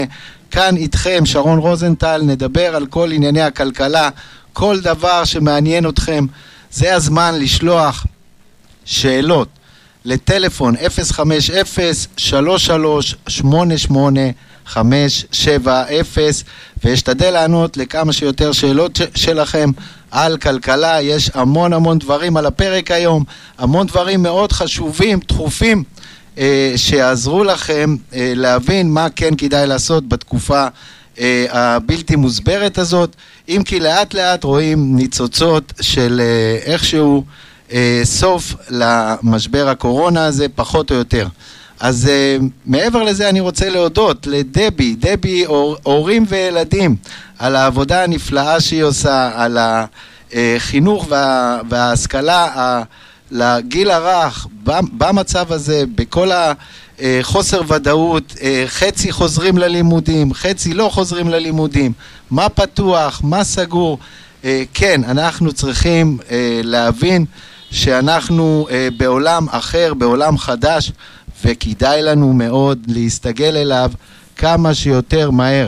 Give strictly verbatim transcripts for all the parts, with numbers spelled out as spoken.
כאן איתכם שרון רוזנטל, נדבר על כל ענייני הכלכלה, כל דבר שמעניין אתכם. זה הזמן לשלוח שאלות לטלפון אפס חמש אפס שלוש שלוש שמונה שמונה חמש שבע אפס, ואשתדל לענות לכמה שיותר שאלות שלכם על כלכלה. יש המון המון דברים על הפרק היום, המון דברים מאוד חשובים, דחופים, אה, שיעזרו לכם אה, להבין מה כן כדאי לעשות בתקופה אה, הבלתי מוסברת הזאת, אם כי לאט לאט רואים ניצוצות של אה, איכשהו אה, סוף למשבר הקורונה הזה, פחות או יותר. אז uh, מעבר לזה אני רוצה להודות לדבי, דבי הור, הורים וילדים, על העבודה הנפלאה שהיא עושה, על החינוך וה, וההשכלה ה, לגיל הרך, במצב הזה, בכל החוסר ודאות, חצי חוזרים ללימודים, חצי לא חוזרים ללימודים, מה פתוח, מה סגור. כן, אנחנו צריכים להבין שאנחנו בעולם אחר, בעולם חדש, וכדאי לנו מאוד להסתגל אליו כמה שיותר מהר,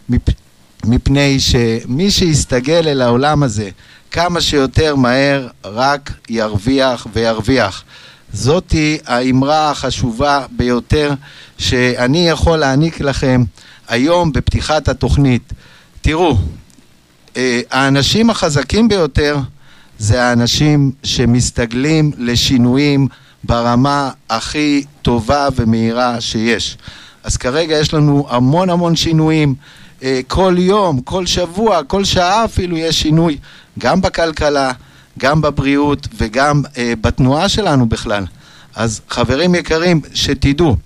מפני שמי שיסתגל אל העולם הזה כמה שיותר מהר רק ירוויח וירוויח. זאתי האמרה החשובה ביותר שאני יכול להעניק לכם היום בפתיחת התוכנית. תראו, האנשים החזקים ביותר זה האנשים שמסתגלים לשינויים ברמה הכי טובה ומהירה שיש. אז כרגע יש לנו המון המון שינויים, כל יום, כל שבוע, כל שעה אפילו יש שינוי, גם בכלכלה, גם בבריאות וגם בתנועה שלנו בכלל. אז חברים יקרים, שתדעו,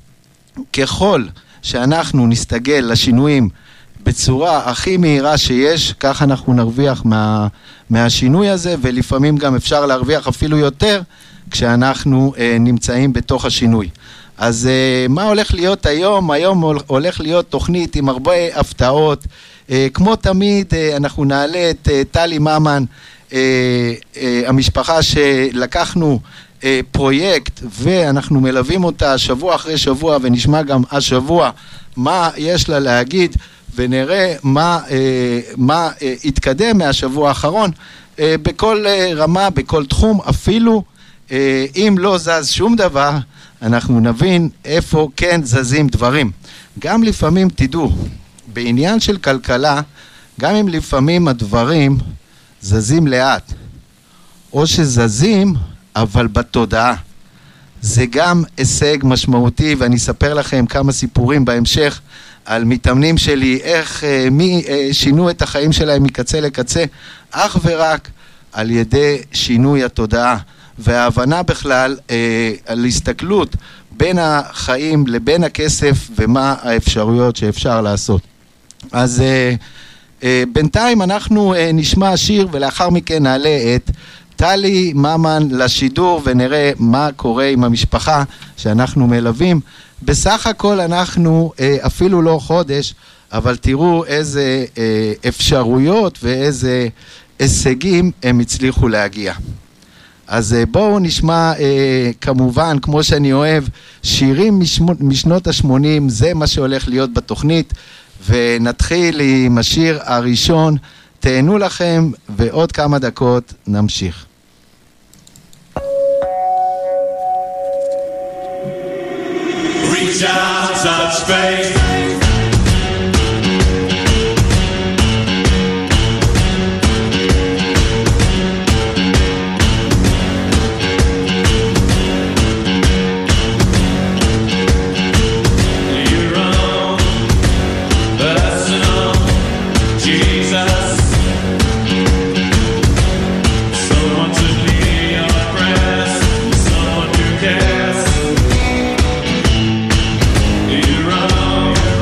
ככל שאנחנו נסתגל לשינויים בצורה הכי מהירה שיש, כך אנחנו נרוויח מה, מהשינוי הזה, ולפעמים גם אפשר להרוויח אפילו יותר כשאנחנו אה, נמצאים בתוך השינוי. אז אה, מה הולך להיות היום? היום הולך להיות תוכנית עם הרבה הפתעות. אה, כמו תמיד אה, אנחנו נעלה את אה, טלי ממן, אה, אה, המשפחה שלקחנו אה, פרויקט ואנחנו מלווים אותה שבוע אחרי שבוע, ונשמע גם השבוע מה יש לה להגיד, ונראה מה, אה, מה אה, התקדם מהשבוע האחרון אה, בכל אה, רמה, בכל תחום. אפילו אה, אם לא זז שום דבר, אנחנו נבין איפה כן זזים דברים. גם לפעמים תדעו, בעניין של כלכלה, גם אם לפעמים הדברים זזים לאט, או שזזים אבל בתודעה, זה גם הישג משמעותי. ואני אספר לכם כמה סיפורים בהמשך על מתאמנים שלי, איך אה, מי אה, שינו את החיים שלהם מקצה לקצה, אך ורק על ידי שינוי התודעה וההבנה בכלל אה, על הסתכלות בין החיים לבין הכסף ומה האפשרויות שאפשר לעשות. אז אה, אה, בינתיים אנחנו אה, נשמע שיר, ולאחר מכן נעלה את טלי ממן לשידור ונראה מה קורה עם המשפחה שאנחנו מלווים. בסך הכל אנחנו אה, אפילו לא חודש, אבל תראו איזה אה, אפשרויות ואיזה הישגים הם הצליחו להגיע. אז אה, בואו נשמע אה, כמובן, כמו שאני אוהב, שירים משנות ה-שמונים, זה מה שהולך להיות בתוכנית, ונתחיל עם השיר הראשון. תהנו לכם, ועוד כמה דקות נמשיך. Reach out, touch faith. You're wrong.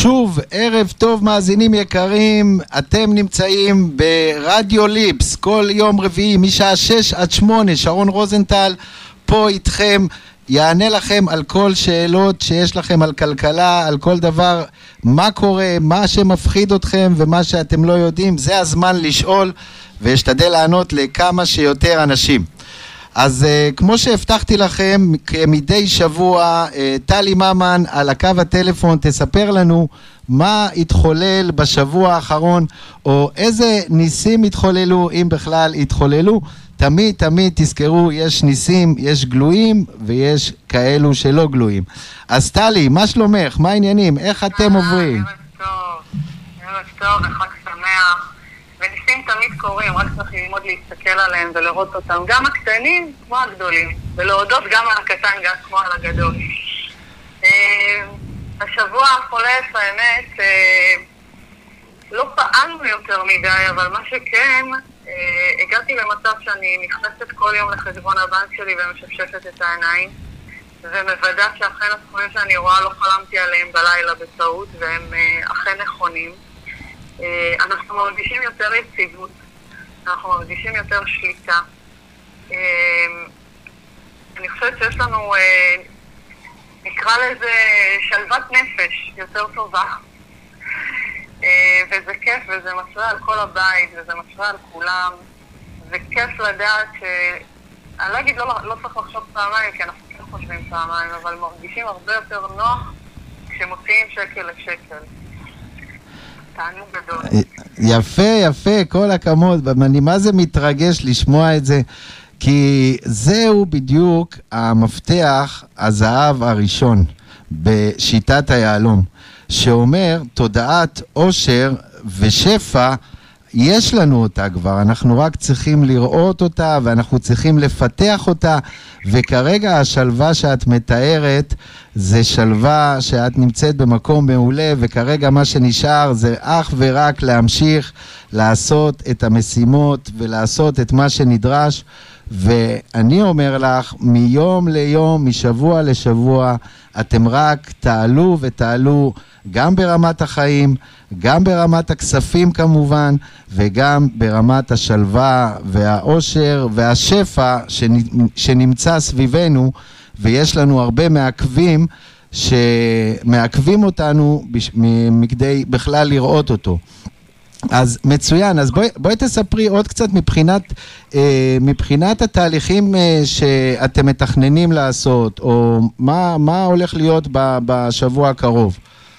שוב, ערב טוב מאזינים יקרים, אתם נמצאים ברדיו ליפס כל יום רביעי משעה שש עד שמונה, שרון רוזנטל פה איתכם, יענה לכם על כל שאלות שיש לכם על כלכלה, על כל דבר, מה קורה, מה שמפחיד אתכם ומה שאתם לא יודעים, זה הזמן לשאול ואשתדל לענות לכמה שיותר אנשים. אז uh, כמו שהבטחתי לכם, מדי שבוע, uh, טלי ממן על הקו הטלפון תספר לנו מה התחולל בשבוע האחרון, או איזה ניסים התחוללו, אם בכלל התחוללו. תמיד תמיד תזכרו, יש ניסים, יש גלויים ויש כאלו שלא גלויים. אז טלי, מה שלומך? מה העניינים? איך אתם עוברים? ערב טוב, ערב טוב וחג שמח. וניסים תמיד קורים, רק צריך ללמוד להסתכל עליהם ולראות אותם, גם הקטנים כמו הגדולים, ולהודות גם על הקטן גם כמו על הגדול. השבוע החולף, האמת, לא פעלנו יותר מדי, אבל מה שכן, הגעתי למצב שאני נכנסת כל יום לחשבון הבנק שלי ומשפשפת את העיניים, ומוודאת שאכן הסכומים שאני רואה לא חלמתי עליהם בלילה בטעות, והם אכן נכונים. אנחנו מרגישים יותר יציבות, אנחנו מרגישים יותר שליטה. אני חושבת שיש לנו, נקרא לזה שלוות נפש יותר טובה. וזה כיף, וזה משרה על כל הבית, וזה משרה על כולם. זה כיף לדעת ש... אני לא אגיד, לא, לא צריך לחשוב פעמיים, כי אנחנו כן חושבים פעמיים, אבל מרגישים הרבה יותר נוח כשמוציאים שקל לשקל. תענוג גדול. יפה, יפה, כל הכבוד. אני מה זה מתרגש לשמוע את זה, כי זהו בדיוק המפתח הזהב הראשון בשיטת היעלום, שאומר תודעת עושר ושפע, יש לנו אותה כבר, אנחנו רק צריכים לראות אותה ואנחנו צריכים לפתח אותה, וכרגע השלווה שאת מתארת זה שלווה שאת נמצאת במקום מעולה, וכרגע מה שנשאר זה אך ורק להמשיך לעשות את המשימות ולעשות את מה שנדרש. ואני אומר לך, מיום ליום, משבוע לשבוע, אתם רק תעלו ותעלו, גם ברמת החיים, גם ברמת הכספים כמובן, וגם ברמת השלווה והאושר והשפע שנמצא סביבנו, ויש לנו הרבה מעכבים שמעכבים אותנו מכדי בכלל לראות אותו. אז מצוין, אז בואי, בואי תספרי עוד קצת מבחינת, אה, מבחינת התהליכים אה, שאתם מתכננים לעשות, או מה, מה הולך להיות ב, בשבוע הקרוב?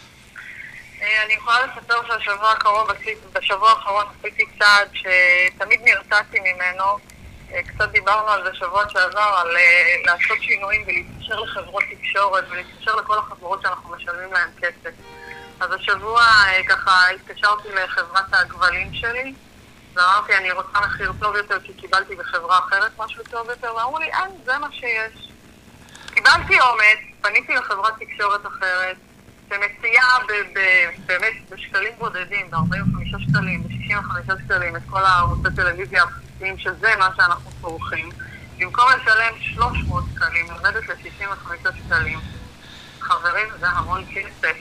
אני יכולה לספר שהשבוע הקרוב, בשבוע האחרון עשיתי צעד שתמיד נרתעתי ממנו, קצת דיברנו על זה שבוע שעבר, על לעשות שינויים ולהתקשר לחברות תקשורת ולהתקשר לכל החברות שאנחנו משלמים להם כסף. אז השבוע ככה התקשרתי לחברת הגבלים שלי, ואמרתי אני רוצה מחיר טוב יותר כי קיבלתי בחברה אחרת משהו טוב יותר, ואמרו לי אין, זה מה שיש. קיבלתי אומץ, פניתי לחברת תקשורת אחרת, שמציעה באמת בשקלים בודדים, ב-ארבעים וחמישה שקלים, ב-שישים וחמישה שקלים, את כל הערוצי טלוויזיה הבסיסיים, שזה מה שאנחנו צורכים. במקום לשלם שלוש מאות שקלים, עובדת ל-שישים וחמישה שקלים. חברים, זה המון כסף.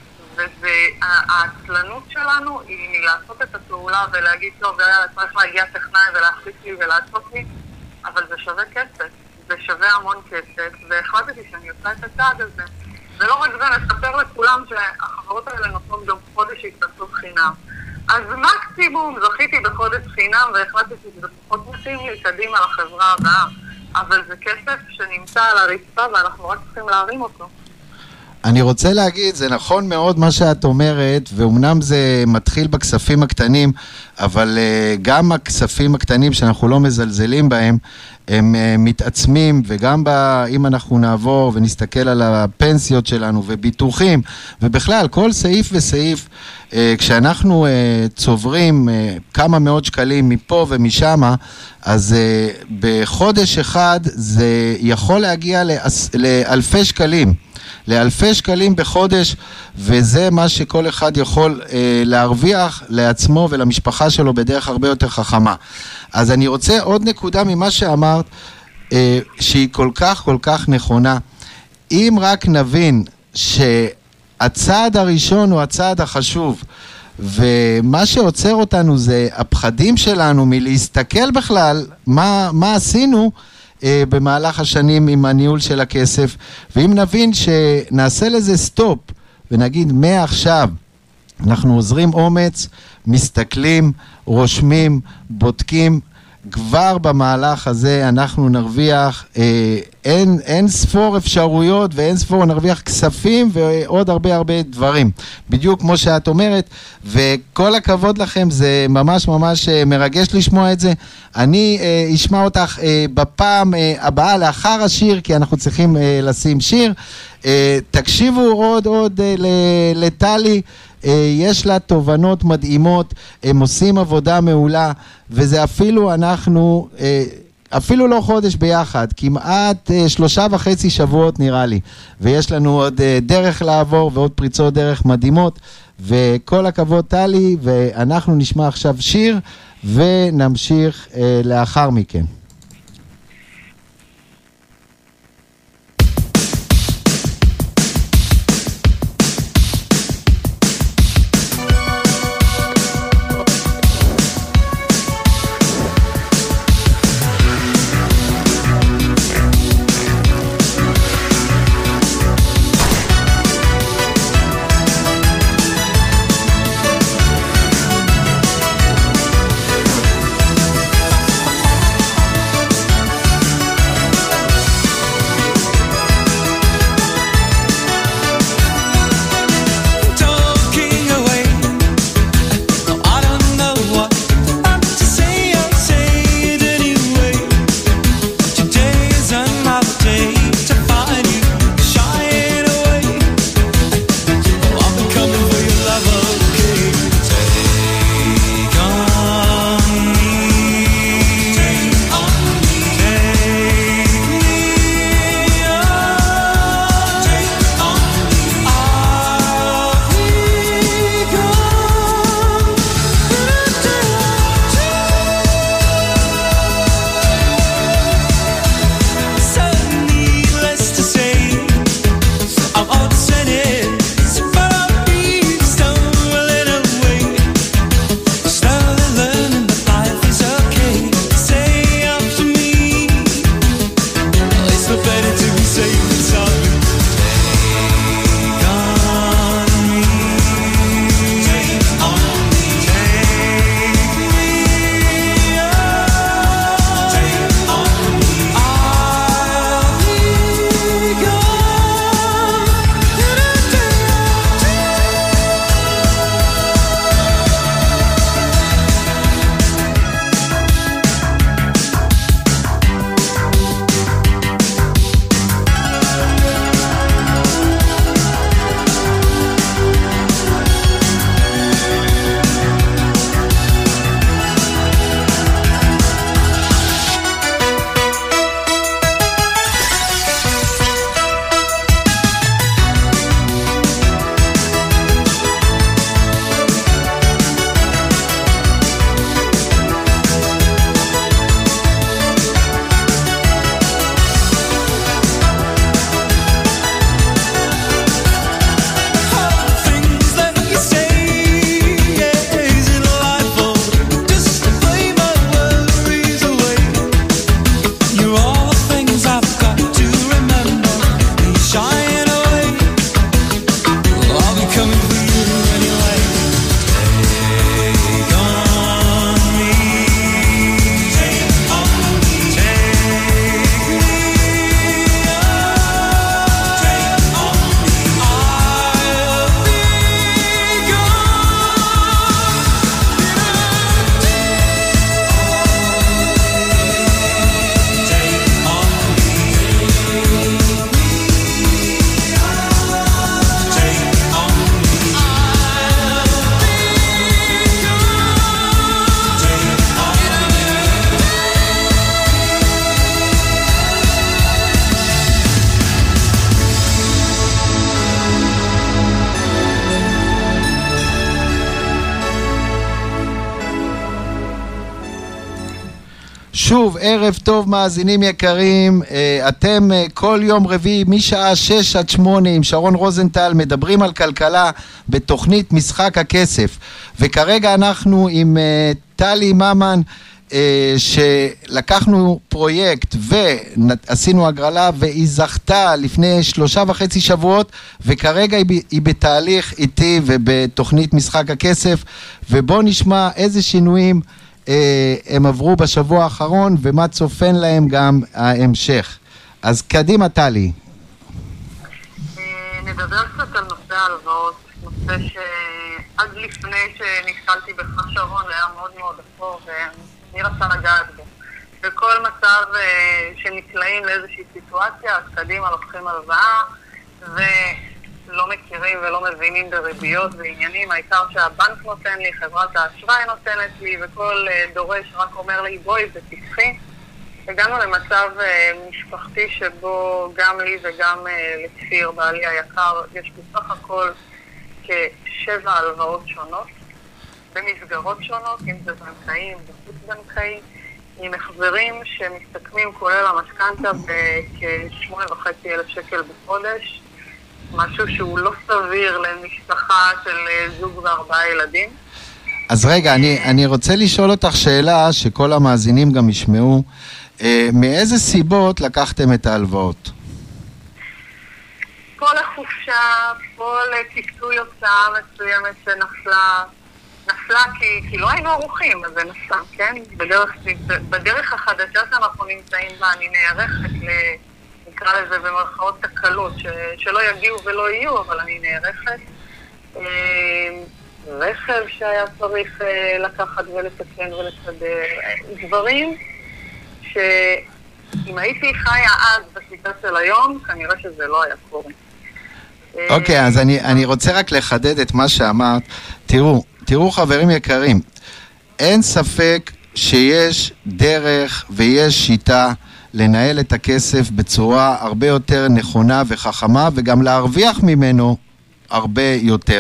והעצלנות שלנו היא מלעשות את הפעולה ולהגיד, טוב, צריך להגיע טכנאי ולהחליט לי ולעשות לי, אבל זה שווה כסף. זה שווה המון כסף, והחלטתי שאני עושה את הצעד הזה. ולא רק זה, נספר לכולם שהחברות האלה נותנות גם חודש התנסות חינם. אז מקסימום זכיתי בחודש חינם והחלטתי שזה פחות מתאים לי קדימה לחברה הבאה. אבל זה כסף שנמצא על הרצפה ואנחנו רק צריכים להרים אותו. אני רוצה להגיד, זה נכון מאוד מה שאת אומרת, ואומנם זה מתחיל בכספים הקטנים, אבל uh, גם הכספים הקטנים שאנחנו לא מזלזלים בהם, הם uh, מתעצמים, וגם ב, אם אנחנו נעבור ונסתכל על הפנסיות שלנו וביטוחים, ובכלל כל סעיף וסעיף, uh, כשאנחנו uh, צוברים uh, כמה מאות שקלים מפה ומשמה, אז uh, בחודש אחד זה יכול להגיע לאס, לאלפי שקלים. לאלפי שקלים בחודש, וזה מה שכל אחד יכול אה, להרוויח לעצמו ולמשפחה שלו בדרך הרבה יותר חכמה. אז אני רוצה עוד נקודה ממה שאמרת, אה, שהיא כל כך כל כך נכונה. אם רק נבין ש... הצעד הראשון הוא הצעד החשוב, ומה שעוצר אותנו זה הפחדים שלנו מלהסתכל בכלל מה, מה עשינו אה, במהלך השנים עם הניהול של הכסף, ואם נבין שנעשה לזה סטופ ונגיד מעכשיו אנחנו עוזרים אומץ, מסתכלים, רושמים, בודקים, כבר במהלך הזה אנחנו נרוויח אה, אין, אין ספור אפשרויות ואין ספור נרוויח כספים ועוד הרבה הרבה דברים, בדיוק כמו שאת אומרת, וכל הכבוד לכם, זה ממש ממש מרגש לשמוע את זה. אני אה, אשמע אותך אה, בפעם אה, הבאה לאחר השיר, כי אנחנו צריכים אה, לשים שיר. אה, תקשיבו עוד עוד אה, לטלי, יש לה תובנות מדהימות, הם עושים עבודה מעולה, וזה אפילו אנחנו, אפילו לא חודש ביחד, כמעט שלושה וחצי שבועות נראה לי, ויש לנו עוד דרך לעבור ועוד פריצות דרך מדהימות, וכל הכבוד טלי, ואנחנו נשמע עכשיו שיר ונמשיך לאחר מכן. שוב, ערב טוב מאזינים יקרים, אתם כל יום רביעי משעה שש עד שמונה עם שרון רוזנטל מדברים על כלכלה בתוכנית משחק הכסף, וכרגע אנחנו עם טלי ממן שלקחנו פרויקט ועשינו הגרלה והיא זכתה לפני שלושה וחצי שבועות, וכרגע היא בתהליך איתי ובתוכנית משחק הכסף, ובוא נשמע איזה שינויים הם עברו בשבוע האחרון ומה צופן להם גם ההמשך. אז קדימה טלי. נדבר קצת על נושא ההלוואות, נושא שעד לפני שנתקלתי בך שרון היה מאוד מאוד אפור ואני רצה לגעת בו. בכל מצב שנקלעים לאיזושהי סיטואציה, אז קדימה לוקחים הלוואה ולא מכירים ולא מבינים בריביות ועניינים, העיקר שהבנק נותן לי, חברת האשראי נותנת לי, וכל דורש רק אומר לי בואי ותפחי. הגענו למצב משפחתי שבו גם לי וגם לכפיר, בעלי היקר, יש בסך הכל כשבע הלוואות שונות, במסגרות שונות, אם זה בנקאים, בחוץ בנקאי, עם החזרים שמסתכמים כולל המשכנתה בכ-שמונה וחצי אלף שקל בחודש, משהו שהוא לא סביר למשפחה של זוג וארבעה ילדים. אז רגע, אני, אני רוצה לשאול אותך שאלה שכל המאזינים גם ישמעו. אה, מאיזה סיבות לקחתם את ההלוואות? פה לחופשה, פה לכיסוי הוצאה מסוימת שנפלה, נפלה כי, כי לא היינו ערוכים, אז זה נפלה, כן? בדרך, בדרך החדשה שאנחנו נמצאים בה, אני נערכת ל... נקרא לזה במרכאות תקלות, ש... שלא יגיעו ולא יהיו, אבל אני נערכת. רכב שהיה צריך לקחת ולתקן ולסדר, דברים שאם הייתי חיה אז בשיטה של היום, כנראה שזה לא היה קורה. אוקיי, אז אני, אני רוצה רק לחדד את מה שאמרת. תראו, תראו חברים יקרים, אין ספק שיש דרך ויש שיטה לנהל את הכסף בצורה הרבה יותר נכונה וחכמה, וגם להרוויח ממנו הרבה יותר.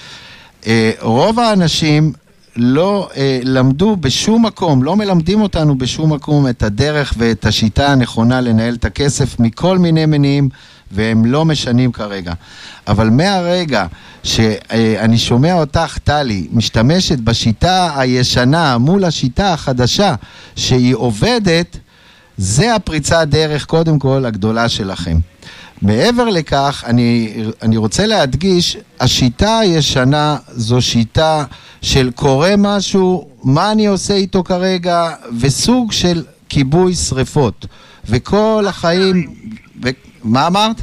רוב האנשים לא למדו בשום מקום, לא מלמדים אותנו בשום מקום את הדרך ואת השיטה הנכונה לנהל את הכסף מכל מיני מניעים, והם לא משנים כרגע. אבל מהרגע שאני שומע אותך טלי משתמשת בשיטה הישנה מול השיטה החדשה שהיא עובדת, זה הפריצה דרך קודם כל הגדולה שלכם. מעבר לכך, אני, אני רוצה להדגיש, השיטה הישנה זו שיטה של קורה משהו, מה אני עושה איתו כרגע, וסוג של כיבוי שריפות. וכל החיים... ו... מה אמרת?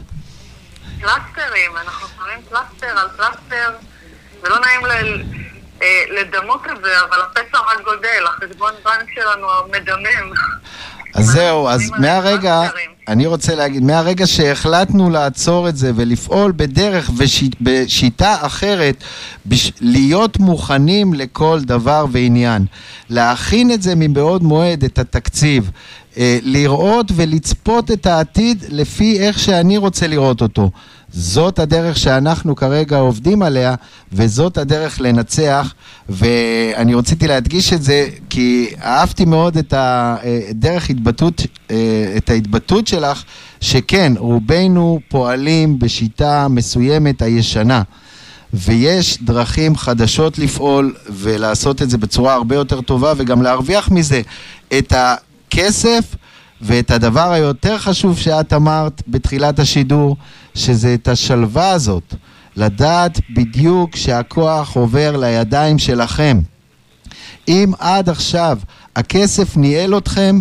פלסטרים, אנחנו שמים פלסטר על פלסטר, ולא נעים ל... לדמות את זה, אבל הפסע רק גודל, החשבון בנק שלנו מדמם. אז זהו, אז מהרגע, אני רוצה להגיד, מהרגע שהחלטנו לעצור את זה ולפעול בדרך ובשיטה אחרת, להיות מוכנים לכל דבר ועניין, להכין את זה מבעוד מועד, את התקציב, לראות ולצפות את העתיד לפי איך שאני רוצה לראות אותו. זאת הדרך שאנחנו כרגע עובדים עליה, וזאת הדרך לנצח, ואני רציתי להדגיש את זה, כי אהבתי מאוד את הדרך התבטאות, את ההתבטאות שלך, שכן, רובנו פועלים בשיטה מסוימת הישנה, ויש דרכים חדשות לפעול, ולעשות את זה בצורה הרבה יותר טובה, וגם להרוויח מזה את הכסף, ואת הדבר היותר חשוב שאת אמרת בתחילת השידור, שזה את השלווה הזאת, לדעת בדיוק שהכוח עובר לידיים שלכם. אם עד עכשיו הכסף ניהל אתכם,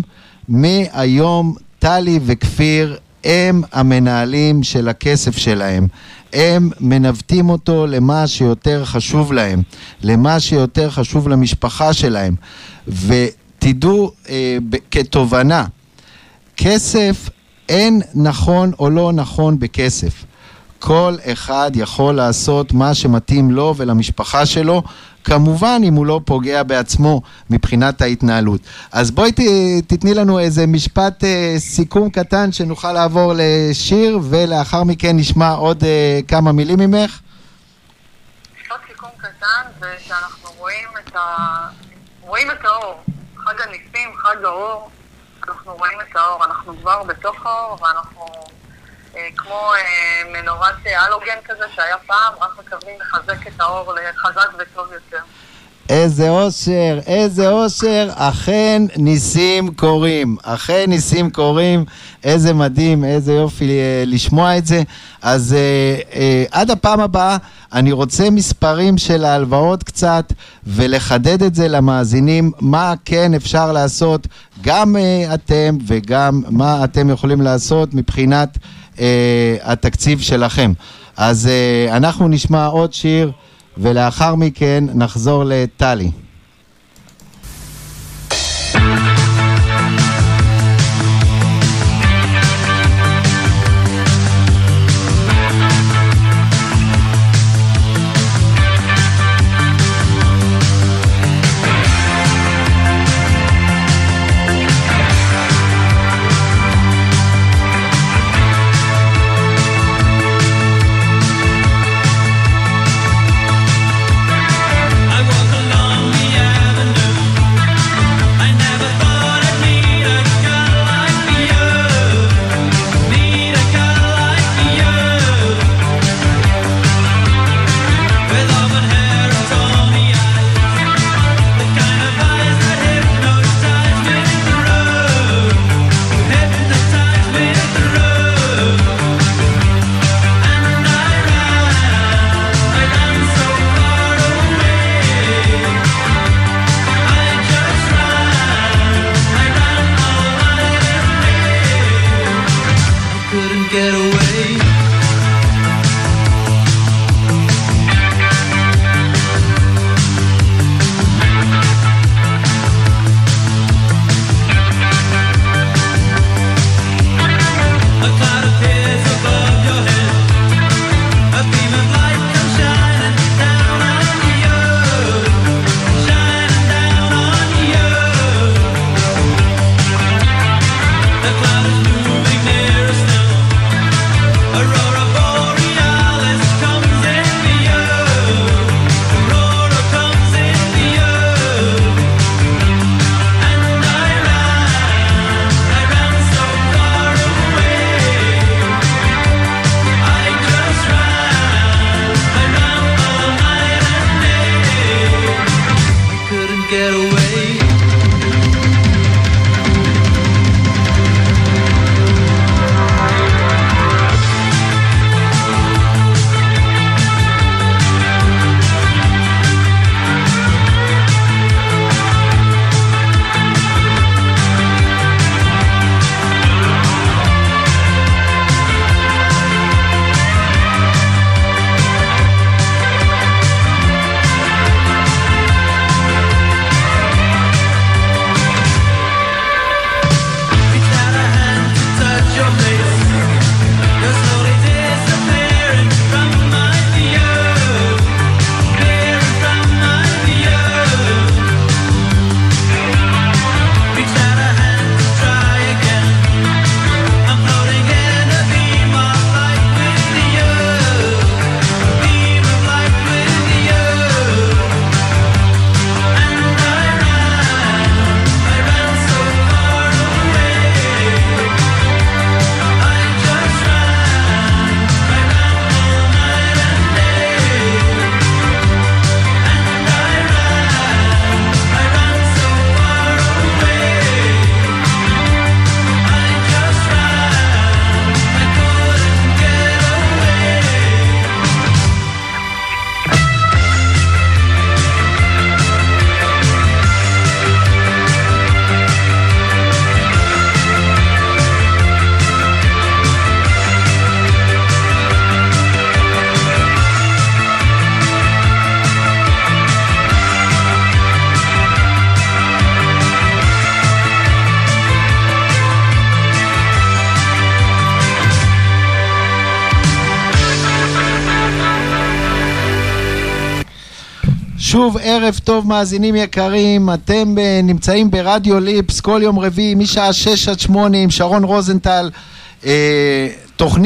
מהיום טלי וכפיר הם המנהלים של הכסף שלהם. הם מנווטים אותו למה שיותר חשוב להם, למה שיותר חשוב למשפחה שלהם. ותדעו אה, כתובנה, כסף אין נכון או לא נכון בכסף. כל אחד יכול לעשות מה שמתאים לו ולמשפחה שלו, כמובן אם הוא לא פוגע בעצמו מבחינת ההתנהלות. אז בואי ת, תתני לנו איזה משפט אה, סיכום קטן שנוכל לעבור לשיר, ולאחר מכן נשמע עוד אה, כמה מילים ממך. משפט סיכום קטן זה שאנחנו רואים את, ה... רואים את האור, חג הניסים, חג האור, אנחנו רואים את האור, אנחנו כבר בתוך האור, ואנחנו אה, כמו אה, מנורת הלוגן כזה שהיה פעם, רק מקווים לחזק את האור לחזק וטוב יותר. איזה אושר, איזה אושר, אכן ניסים קורים, אכן ניסים קורים, איזה מדהים, איזה יופי אה, לשמוע את זה. אז אה, אה, עד הפעם הבאה אני רוצה מספרים של ההלוואות קצת, ולחדד את זה למאזינים, מה כן אפשר לעשות, גם אה, אתם וגם מה אתם יכולים לעשות מבחינת אה, התקציב שלכם. אז אה, אנחנו נשמע עוד שיר, ולאחר מכן נחזור לטלי. שוב ערב טוב מאזינים יקרים, אתם נמצאים ברדיו ליפס כל יום רביעי משעה שש עד שמונה עם שרון רוזנטל, אה, תוכנית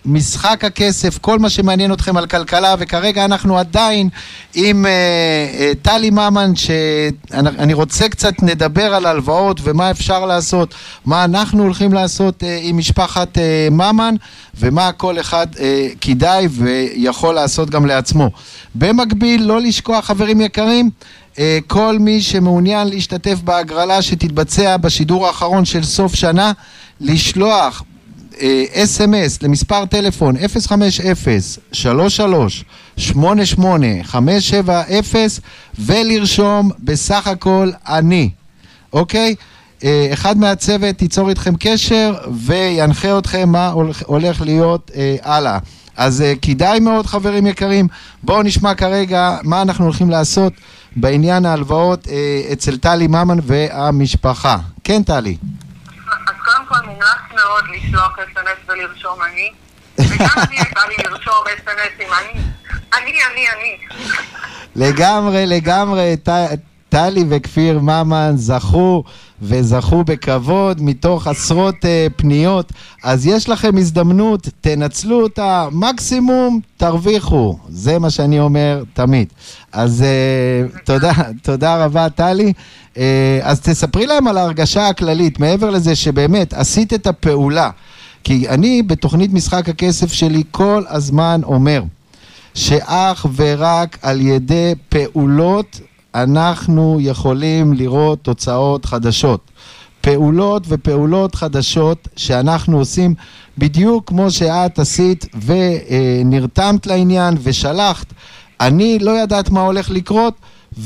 משחק הכסף, כל מה שמעניין אתכם על כלכלה, וכרגע אנחנו עדיין עם uh, uh, טלי ממן, שאני רוצה קצת נדבר על הלוואות ומה אפשר לעשות, מה אנחנו הולכים לעשות uh, עם משפחת uh, ממן, ומה כל אחד uh, כדאי ויכול לעשות גם לעצמו. במקביל, לא לשכוח חברים יקרים, uh, כל מי שמעוניין להשתתף בהגרלה שתתבצע בשידור האחרון של סוף שנה, לשלוח אס אם אס למספר טלפון אפס חמש אפס שלוש שלוש שמונה שמונה חמש שבע אפס ולרשום בסך הכל אני, אוקיי? אחד מהצוות ייצור איתכם קשר וינחה אתכם מה הולך להיות הלאה. אז כדאי מאוד חברים יקרים, בואו נשמע כרגע מה אנחנו הולכים לעשות בעניין ההלוואות אצל טלי ממן והמשפחה. כן טלי. אז קודם כל מומלץ מאוד לשלוח אס אם אס ולרשום אני, וגם אני הייתה לי לרשום אס אם אס עם אני, אני, אני, אני. לגמרי, לגמרי, טלי וכפיר ממן זכו וזכו בכבוד מתוך עשרות uh, פניות, אז יש לכם הזדמנות, תנצלו אותה, מקסימום תרוויחו, זה מה שאני אומר תמיד. אז uh, תודה, תודה רבה טלי. Uh, אז תספרי להם על ההרגשה הכללית, מעבר לזה שבאמת עשית את הפעולה, כי אני בתוכנית משחק הכסף שלי כל הזמן אומר, שאך ורק על ידי פעולות אנחנו יכולים לראות תוצאות חדשות. פעולות ופעולות חדשות שאנחנו עושים בדיוק כמו שאת עשית ונרתמת לעניין ושלחת. אני לא ידעת מה הולך לקרות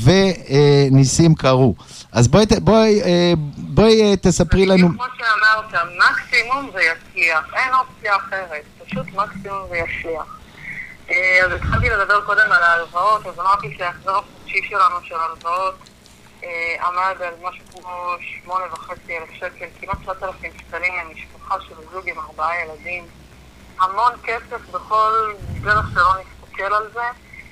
וניסים קרו. אז בואי, בואי, בואי תספרי לנו. כמו שאמרת, מקסימום זה יצליח. אין אופציה אחרת. פשוט מקסימום זה יצליח. אז התחלתי לדבר קודם על ההלוואות, אז אמרתי שההחזר החודשי שלנו של הלוואות עמד על משהו כמו שמונה וחצי אלף שקל, כמעט שלושת אלפים שקלים למשפחה של זוג עם ארבעה ילדים. המון כסף בכל דרך שלא נסתכל על זה.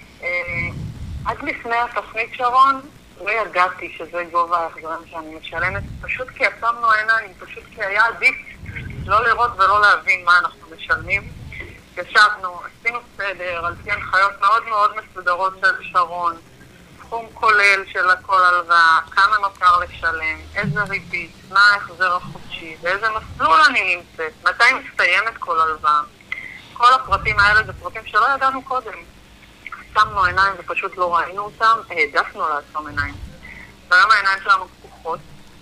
עד לפני התוכנית שרון לא ידעתי שזה גובה ההחזרים שאני משלמת, פשוט כי עצמנו עיניים, פשוט כי היה עדיף לא לראות ולא להבין מה אנחנו משלמים. ישבנו, עשינו סדר, על פי הנחיות מאוד מאוד מסודרות של שרון, סכום כולל של הכל הלוואה, כמה נותר לשלם, איזה ריבית, מה ההחזר החודשי, באיזה מסלול אני נמצאת, מתי מסתיימת כל הלוואה. כל הפרטים האלה זה פרטים שלא ידענו קודם. שמנו עיניים ופשוט לא ראינו אותם, העדפנו לעצום עיניים. והיום העיניים שלנו פתוחות.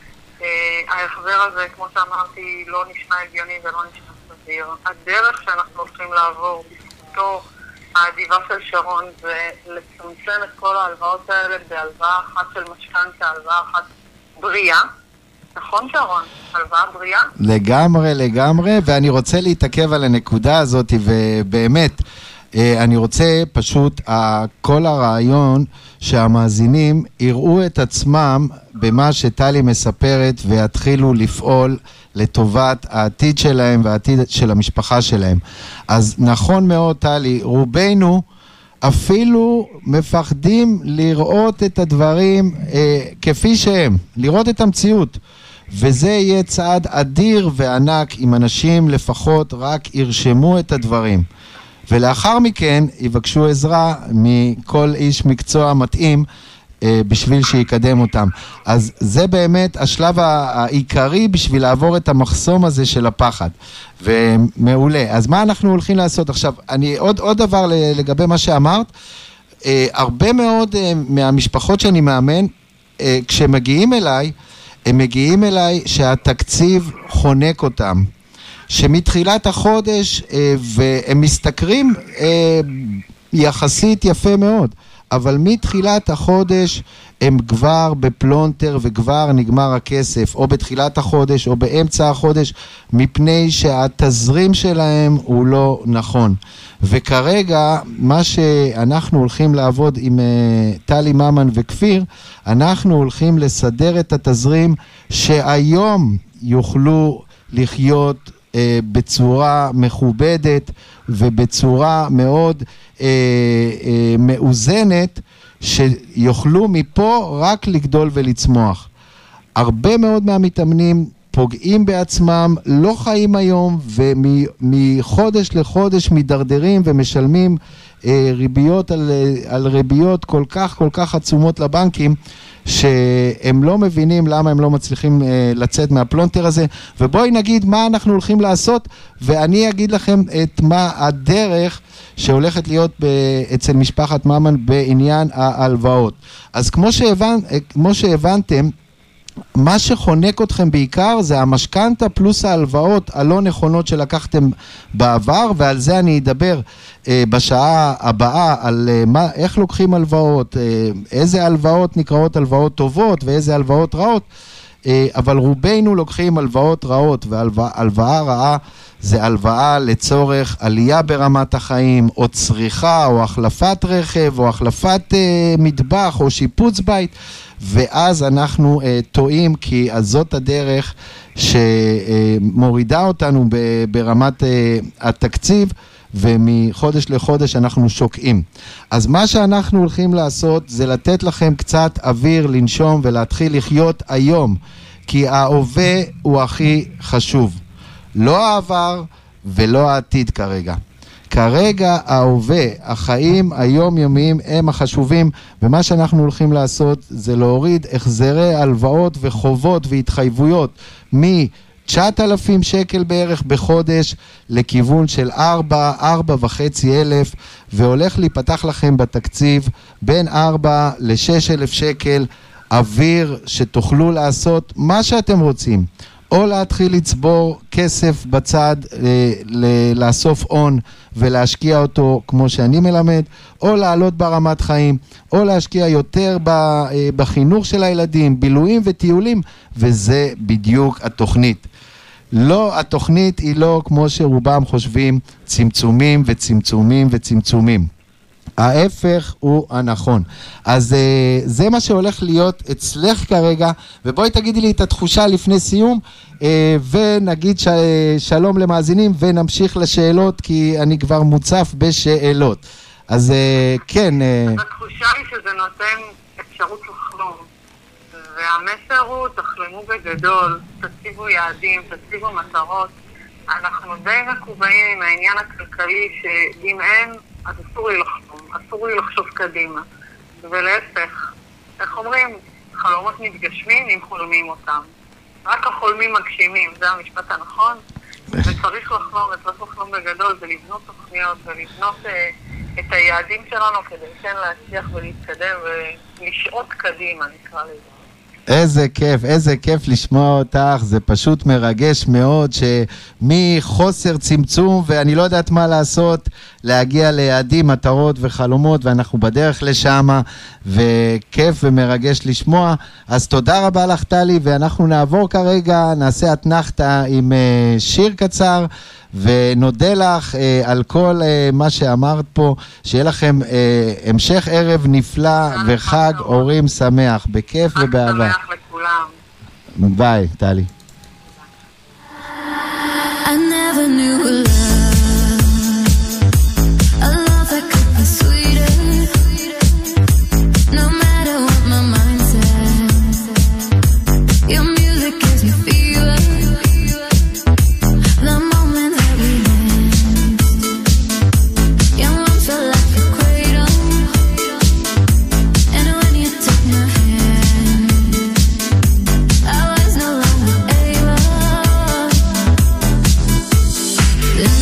ההחזר הזה, כמו שאמרתי, לא נשמע הגיוני ולא נשמע סביר. הדרך שאנחנו הולכים לעבור בזכותו האדיבה של שרון זה לצמצם את כל ההלוואות האלה בהלוואה אחת של משכנתא, הלוואה אחת בריאה. נכון שרון? הלוואה בריאה? לגמרי, לגמרי, ואני רוצה להתעכב על הנקודה הזאת, ובאמת, אני רוצה פשוט, כל הרעיון שהמאזינים יראו את עצמם במה שטלי מספרת ויתחילו לפעול לטובת העתיד שלהם והעתיד של המשפחה שלהם. אז נכון מאוד טלי, רובנו אפילו מפחדים לראות את הדברים אה, כפי שהם, לראות את המציאות. וזה יהיה צעד אדיר וענק אם אנשים לפחות רק ירשמו את הדברים. ולאחר מכן יבקשו עזרה מכל איש מקצוע מתאים אה, בשביל שיקדם אותם. אז זה באמת השלב העיקרי בשביל לעבור את המחסום הזה של הפחד. ומעולה. אז מה אנחנו הולכים לעשות? עכשיו, אני עוד, עוד דבר לגבי מה שאמרת, אה, הרבה מאוד אה, מהמשפחות שאני מאמן, אה, כשמגיעים אליי, הם מגיעים אליי שהתקציב חונק אותם. שמתחילת החודש אה, והם מסתכרים אה, יחסית יפה מאוד, אבל מתחילת החודש הם כבר בפלונטר וכבר נגמר הכסף, או בתחילת החודש או באמצע החודש, מפני שהתזרים שלהם הוא לא נכון. וכרגע מה שאנחנו הולכים לעבוד עם אה, טלי ממן וכפיר, אנחנו הולכים לסדר את התזרים שהיום יוכלו לחיות בצורה מכובדת ובצורה מאוד אה, אה, מאוזנת, שיוכלו מפה רק לגדול ולצמוח. הרבה מאוד מהמתאמנים פוגעים בעצמם, לא חיים היום, ומחודש לחודש מדרדרים ומשלמים אה, ריביות על, על ריביות כל כך כל כך עצומות לבנקים, שהם לא מבינים למה הם לא מצליחים אה, לצאת מהפלונטר הזה. ובואי נגיד מה אנחנו הולכים לעשות, ואני אגיד לכם את מה הדרך שהולכת להיות ב- אצל משפחת ממן בעניין ההלוואות. אז כמו, שהבנ, כמו שהבנתם, מה שחונק אתכם בעיקר זה המשכנתה פלוס ההלוואות הלא נכונות שלקחתם בעבר, ועל זה אני אדבר אה, בשעה הבאה, על אה, מה, איך לוקחים הלוואות, אה, איזה הלוואות נקראות הלוואות טובות ואיזה הלוואות רעות, אה, אבל רובנו לוקחים הלוואות רעות, והלוואה רעה זה הלוואה לצורך עלייה ברמת החיים, או צריכה, או החלפת רכב, או החלפת אה, מטבח, או שיפוץ בית, ואז אנחנו uh, טועים, כי אז זאת הדרך שמורידה uh, אותנו ב- ברמת uh, התקציב, ומחודש לחודש אנחנו שוקעים. אז מה שאנחנו הולכים לעשות זה לתת לכם קצת אוויר לנשום ולהתחיל לחיות היום, כי ההווה הוא הכי חשוב. לא העבר ולא העתיד כרגע. כרגע ההווה, החיים היומיומיים הם החשובים, ומה שאנחנו הולכים לעשות זה להוריד החזרי הלוואות וחובות והתחייבויות מ-תשעת אלפים שקל בערך בחודש לכיוון של ארבע, ארבע וחצי אלף, והולך להיפתח לכם בתקציב בין ארבע לשש אלף שקל אוויר שתוכלו לעשות מה שאתם רוצים. או להתחיל לצבור כסף בצד, אה, ל- לאסוף הון ולהשקיע אותו כמו שאני מלמד, או לעלות ברמת חיים, או להשקיע יותר ב- אה, בחינוך של הילדים, בילויים וטיולים, וזה בדיוק התוכנית. לא, התוכנית היא לא כמו שרובם חושבים, צמצומים וצמצומים וצמצומים. ההפך הוא הנכון. אז uh, זה מה שהולך להיות אצלך כרגע, ובואי תגידי לי את התחושה לפני סיום, uh, ונגיד ש- שלום למאזינים ונמשיך לשאלות, כי אני כבר מוצף בשאלות. אז uh, כן. Uh... התחושה היא שזה נותן אפשרות לחלום, והמסר הוא תחלמו בגדול, תציבו יעדים, תציבו מטרות. אנחנו די מקובעים עם העניין הכלכלי שאם אין, אז אסור לי לחלום, אסור לי לחשוב קדימה. ולהפך, איך אומרים, חלומות מתגשמים אם חולמים אותם. רק החולמים מגשימים, זה המשפט הנכון. וצריך לחלום, וצריך לחלום בגדול, ולבנות תוכניות, ולבנות אה, את היעדים שלנו כדי כן להצליח ולהתקדם ולשעות קדימה, נקרא לזה. איזה כיף, איזה כיף לשמוע אותך, זה פשוט מרגש מאוד שמחוסר צמצום ואני לא יודעת מה לעשות, להגיע ליעדים, מטרות וחלומות, ואנחנו בדרך לשם, וכיף ומרגש לשמוע. אז תודה רבה לך טלי, ואנחנו נעבור כרגע, נעשה אתנחתה עם שיר קצר, ונודה לך אה, על כל אה, מה שאמרת פה, שיהיה לכם אה, המשך ערב נפלא וחג הורים שמח, בכיף ובאהבה. חג שמח לכולם. ביי, טלי. I never knew a love, a love that could be sweeter, no matter what my mind says. Your music gives me fever, the moment that we danced. Your arms felt like a cradle, and when you took my hand, I was no longer able.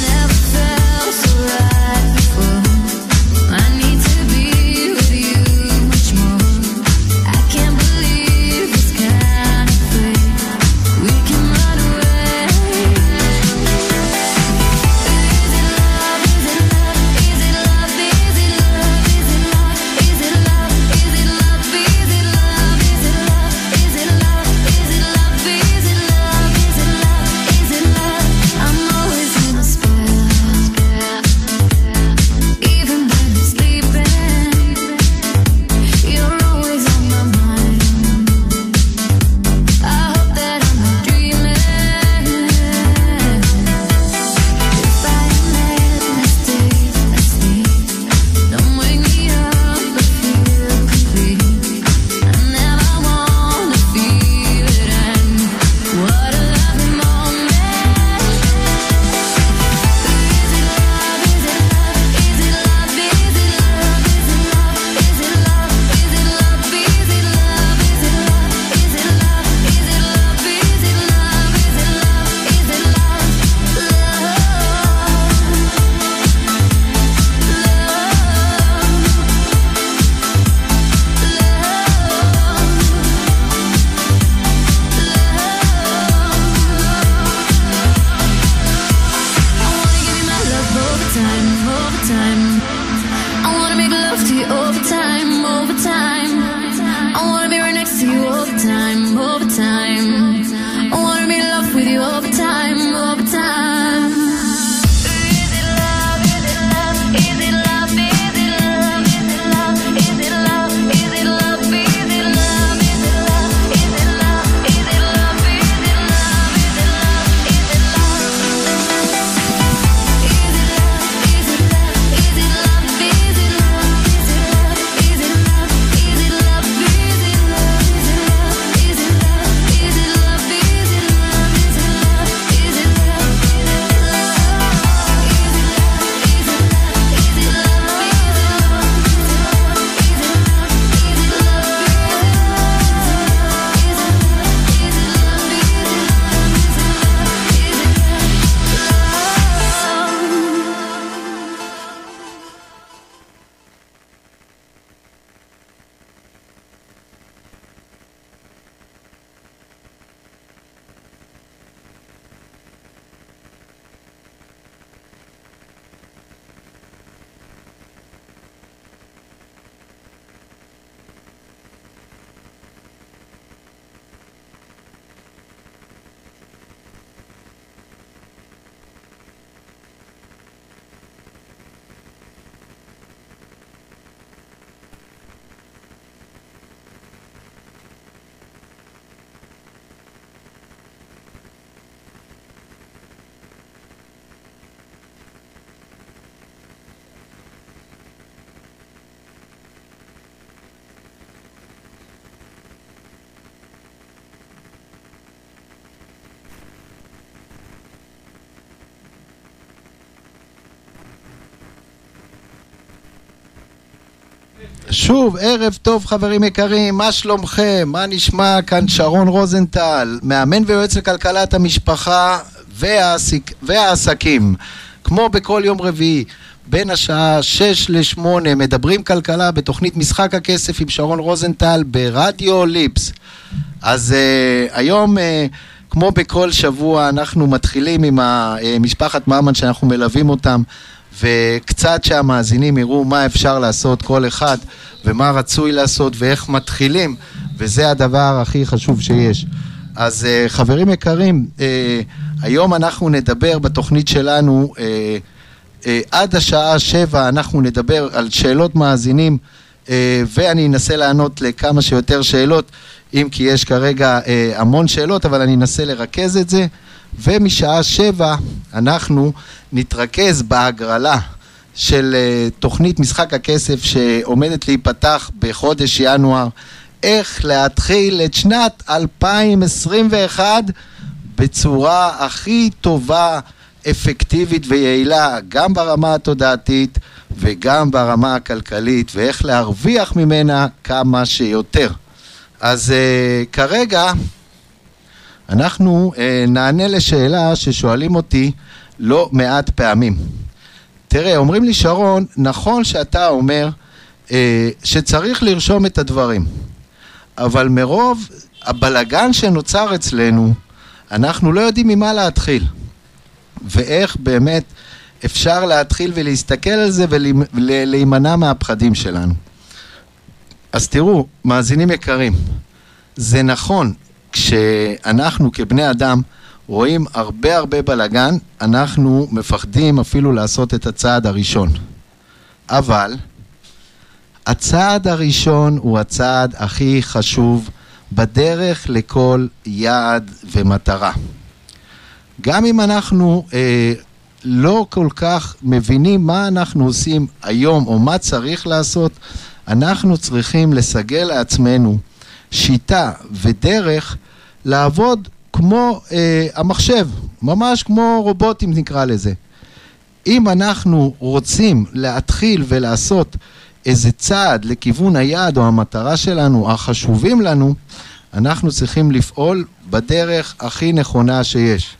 שוב, ערב טוב חברים יקרים, מה שלומכם? מה נשמע? כאן שרון רוזנטל, מאמן ויועץ לכלכלת המשפחה והעסיק, והעסקים. כמו בכל יום רביעי, בין השעה שש לשמונה, מדברים כלכלה בתוכנית משחק הכסף עם שרון רוזנטל ברדיו ליפס. אז uh, היום, uh, כמו בכל שבוע, אנחנו מתחילים עם משפחת מאמן שאנחנו מלווים אותם, וקצת שהמאזינים יראו מה אפשר לעשות כל אחד, ומה רצוי לעשות, ואיך מתחילים, וזה הדבר הכי חשוב שיש. אז uh, חברים יקרים, uh, היום אנחנו נדבר בתוכנית שלנו, uh, uh, עד השעה שבע אנחנו נדבר על שאלות מאזינים, uh, ואני אנסה לענות לכמה שיותר שאלות, אם כי יש כרגע uh, המון שאלות, אבל אני אנסה לרכז את זה, ומשעה שבע אנחנו נתרכז בהגרלה של uh, תוכנית משחק הכסף שעומדת להיפתח בחודש ינואר, איך להתחיל את שנת אלפיים עשרים ואחת בצורה הכי טובה, אפקטיבית ויעילה, גם ברמה התודעתית וגם ברמה הכלכלית, ואיך להרוויח ממנה כמה שיותר. אז uh, כרגע אנחנו uh, נענה לשאלה ששואלים אותי לא מעט פעמים. תראה, אומרים לי שרון, נכון שאתה אומר uh, שצריך לרשום את הדברים, אבל מרוב הבלגן שנוצר אצלנו, אנחנו לא יודעים ממה להתחיל. ואיך באמת אפשר להתחיל ולהסתכל על זה ולהימנע מהפחדים שלנו. אז תראו, מאזינים יקרים, זה נכון, כשאנחנו כבני אדם רואים הרבה הרבה בלגן, אנחנו מפחדים אפילו לעשות את הצעד הראשון. אבל הצעד הראשון הוא הצעד הכי חשוב בדרך לכל יעד ומטרה. גם אם אנחנו אה, לא כל כך מבינים מה אנחנו עושים היום או מה צריך לעשות, אנחנו צריכים לסגל לעצמנו שיטה ודרך לעבוד כמו אה, המחשב, ממש כמו רובוטים נקרא לזה. אם אנחנו רוצים להתחיל ולעשות איזה צעד לכיוון היעד או המטרה שלנו, החשובים לנו, אנחנו צריכים לפעול בדרך הכי נכונה שיש.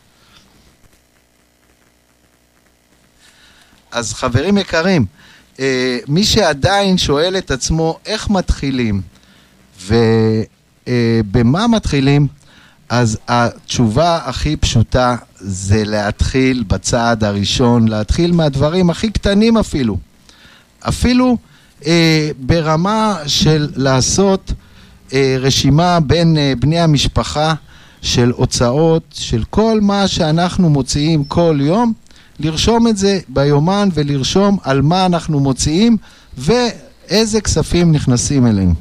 אז חברים יקרים, אה, מי שעדיין שואל את עצמו איך מתחילים ובמה מתחילים, אז התשובה הכי פשוטה זה להתחיל בצעד הראשון, להתחיל מהדברים הכי קטנים אפילו. אפילו אה, ברמה של לעשות אה, רשימה בין אה, בני המשפחה של הוצאות, של כל מה שאנחנו מוציאים כל יום, לרשום את זה ביומן ולרשום על מה אנחנו מוציאים ואיזה כספים נכנסים אלינו.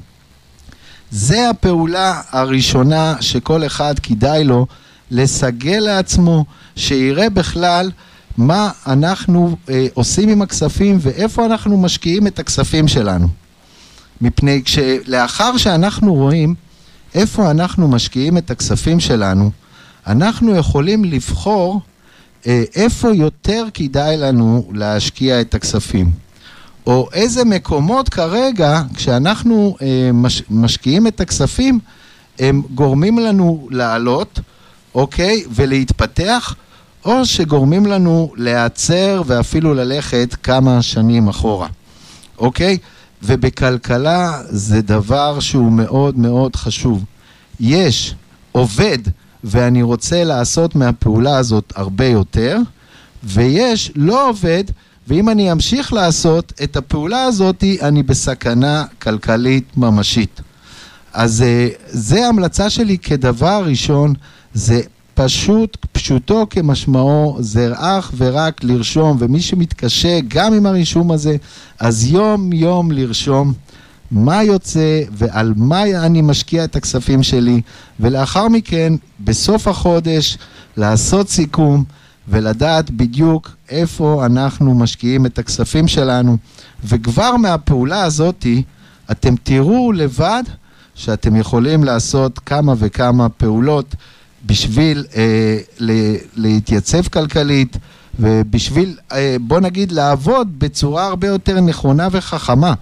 זה הפעולה הראשונה שכל אחד כדאי לו לסגל לעצמו, שיראה בכלל מה אנחנו אה, עושים עם הכספים ואיפה אנחנו משקיעים את הכספים שלנו. מפני שלאחר שאנחנו רואים איפה אנחנו משקיעים את הכספים שלנו, אנחנו יכולים לבחור אה, איפה יותר כדאי לנו להשקיע את הכספים. או איזה מקומות כרגע, כשאנחנו אה, מש, משקיעים את הכספים, הם גורמים לנו לעלות, אוקיי, ולהתפתח, או שגורמים לנו להיעצר ואפילו ללכת כמה שנים אחורה, אוקיי? ובכלכלה זה דבר שהוא מאוד מאוד חשוב. יש עובד ואני רוצה לעשות מהפעולה הזאת הרבה יותר, ויש לא עובד, ואם אני אמשיך לעשות את הפעולה הזאת, אני בסכנה כלכלית ממשית. אז זה ההמלצה שלי כדבר ראשון, זה פשוט, פשוטו כמשמעו, זה אך ורק לרשום, ומי שמתקשה גם עם הרישום הזה, אז יום יום לרשום מה יוצא ועל מה אני משקיע את הכספים שלי, ולאחר מכן בסוף החודש לעשות סיכום, ולדעת בדיוק איפה אנחנו משקיעים את הכספים שלנו, וכבר מהפעולה הזאת אתם תראו לבד שאתם יכולים לעשות כמה וכמה פעולות בשביל אה, ל- להתייצב כלכלית, ובשביל, אה, בוא נגיד, לעבוד בצורה הרבה יותר נכונה וחכמה.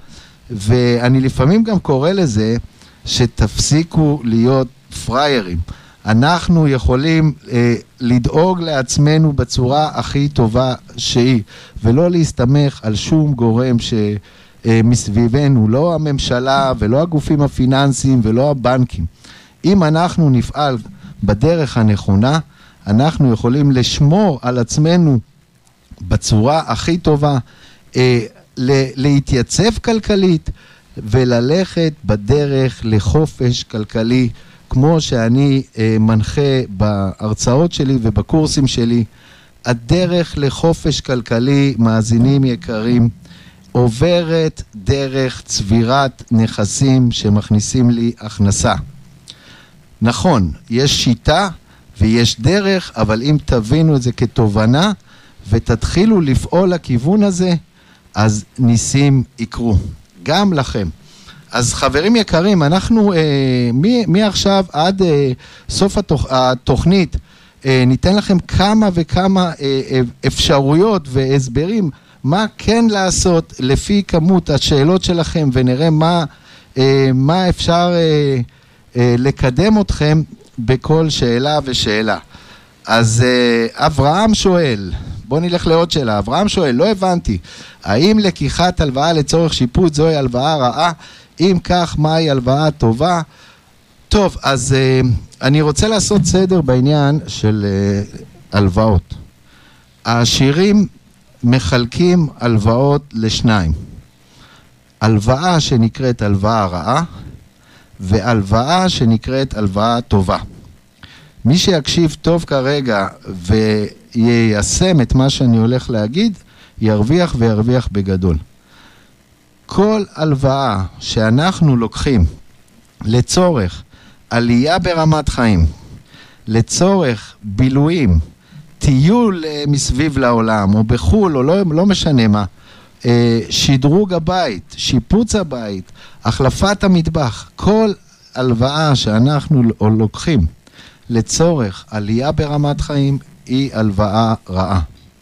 ואני לפעמים גם קורא לזה שתפסיקו להיות פריירים. אנחנו יכולים אה, לדאוג לעצמנו בצורה הכי טובה שהיא, ולא להסתמך על שום גורם שמסביבנו, לא הממשלה ולא הגופים הפיננסיים ולא הבנקים. אם אנחנו נפעל בדרך הנכונה, אנחנו יכולים לשמור על עצמנו בצורה הכי טובה, אה, להתייצב כלכלית וללכת בדרך לחופש כלכלי, כמו שאני אה, מנחה בהרצאות שלי ובקורסים שלי. הדרך לחופש כלכלי, מאזינים יקרים, עוברת דרך צבירת נכסים שמכניסים לי הכנסה. נכון, יש שיטה ויש דרך, אבל אם תבינו את זה כתובנה ותתחילו לפעול לכיוון הזה, אז ניסים יקרו, גם לכם. אז חברים יקרים, אנחנו אה, מי, מי עכשיו עד אה, סוף התוכ, התוכנית אה, ניתן לכם כמה וכמה אה, אפשרויות והסברים מה כן לעשות לפי כמות השאלות שלכם, ונראה מה, אה, מה אפשר אה, אה, לקדם אתכם בכל שאלה ושאלה. אז אה, אברהם שואל, בוא נלך לעוד שאלה. אברהם שואל, לא הבנתי, האם לקיחת הלוואה לצורך שיפוץ זוהי הלוואה רעה? אם כך, מהי הלוואה טובה? טוב, אז uh, אני רוצה לעשות סדר בעניין של uh, הלוואות. העשירים מחלקים הלוואות לשניים. הלוואה שנקראת הלוואה רעה, והלוואה שנקראת הלוואה טובה. מי שיקשיב טוב כרגע ויישם את מה שאני הולך להגיד, ירוויח וירוויח בגדול. כל הלוואה שאנחנו לוקחים לצורך עלייה ברמת חיים, לצורך בילויים, טיול מסביב לעולם או בחול או לא, לא משנה מה, שדרוג הבית, שיפוץ הבית, החלפת המטבח, כל הלוואה שאנחנו לוקחים לצורך עלייה ברמת חיים היא הלוואה רעה.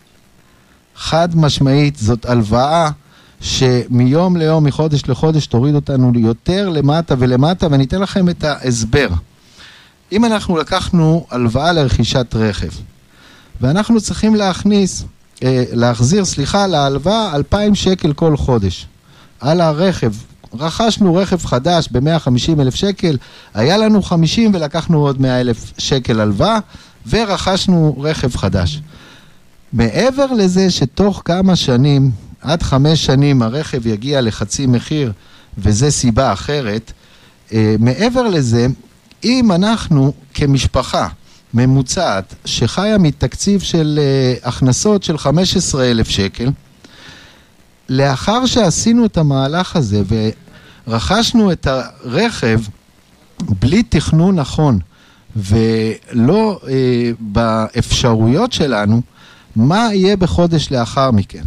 חד משמעית זאת הלוואה שמיום ליום, מחודש לחודש תוריד אותנו יותר למטה ולמטה, ואני אתן לכם את ההסבר. אם אנחנו לקחנו הלוואה לרכישת רכב, ואנחנו צריכים להכניס, אה, להחזיר, סליחה, להלוואה אלפיים שקל כל חודש על הרכב. רכשנו רכב חדש ב-מאה וחמישים אלף שקל, היה לנו חמישים ולקחנו עוד מאה אלף שקל הלוואה, ורכשנו רכב חדש. מעבר לזה שתוך כמה שנים, עד חמש שנים הרכב יגיע לחצי מחיר, וזה סיבה אחרת, מעבר לזה, אם אנחנו כמשפחה ממוצעת שחיה מתקציב של הכנסות של חמישה עשר אלף שקל, לאחר שעשינו את המהלך הזה ורכשנו את הרכב בלי תכנון נכון ולא אה, באפשרויות שלנו, מה יהיה בחודש לאחר מכן?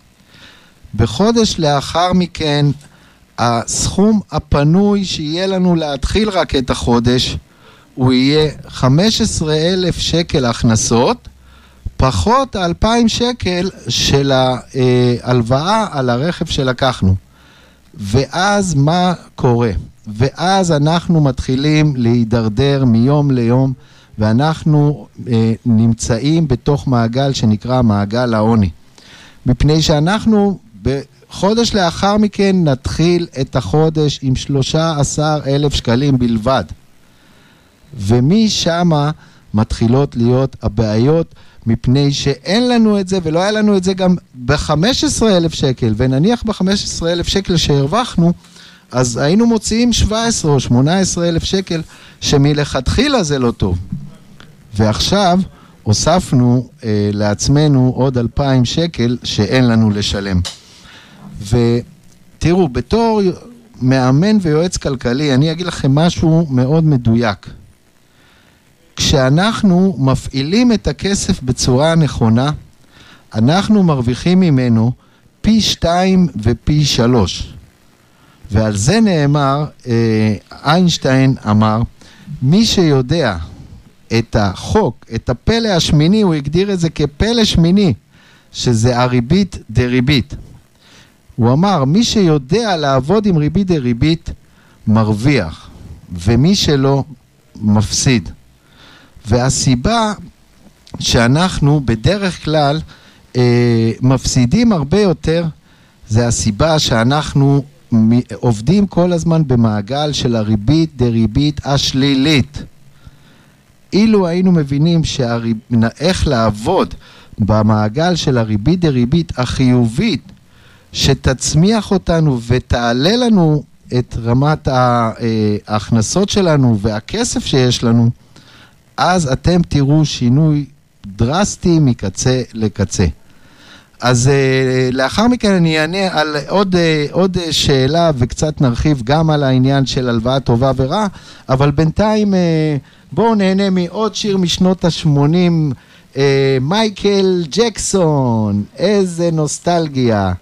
בחודש לאחר מכן הסכום הפנוי שיהיה לנו להתחיל רק את החודש הוא יהיה חמישה עשר אלף שקל הכנסות פחות אלפיים שקל של ההלוואה על הרכב שלקחנו. ואז מה קורה? ואז אנחנו מתחילים להידרדר מיום ליום, ואנחנו אה, נמצאים בתוך מעגל שנקרא מעגל העוני. מפני שאנחנו בחודש לאחר מכן נתחיל את החודש עם שלושה עשר אלף שקלים בלבד. ומשם מתחילות להיות הבעיות, מפני שאין לנו את זה, ולא היה לנו את זה גם ב-חמישה עשר אלף שקל, ונניח ב-חמישה עשר אלף שקל שהרווחנו, אז היינו מוציאים שבע עשרה או שמונה עשרה אלף שקל, שמלכתחילה זה לא טוב. ועכשיו הוספנו אה, לעצמנו עוד אלפיים שקל שאין לנו לשלם. ותראו, בתור מאמן ויועץ כלכלי, אני אגיד לכם משהו מאוד מדויק. כשאנחנו מפעילים את הכסף בצורה נכונה, אנחנו מרוויחים ממנו פי שתיים ופי שלוש. ועל זה נאמר, איינשטיין אמר, מי שיודע את החוק, את הפלא השמיני, הוא הגדיר את זה כפלא שמיני, שזה הריבית דריבית. הוא אמר, מי שיודע לעבוד עם ריבית דריבית, מרוויח, ומי שלא, מפסיד. והסיבה שאנחנו בדרך כלל אה, מפסידים הרבה יותר, זה הסיבה שאנחנו עובדים כל הזמן במעגל של הריבית דריבית השלילית. אילו היינו מבינים שהריב... איך לעבוד במעגל של הריבית דריבית החיובית, שתצמיח אותנו ותעלה לנו את רמת ההכנסות שלנו והכסף שיש לנו, אז אתם תראו שינוי דרסטי מקצה לקצה. אז לאחר מכן אני אענה על עוד, עוד שאלה וקצת נרחיב גם על העניין של הלוואה טובה ורע, אבל בינתיים בואו נהנה מעוד שיר משנות ה-שמונים, מייקל ג'קסון, איזה נוסטלגיה.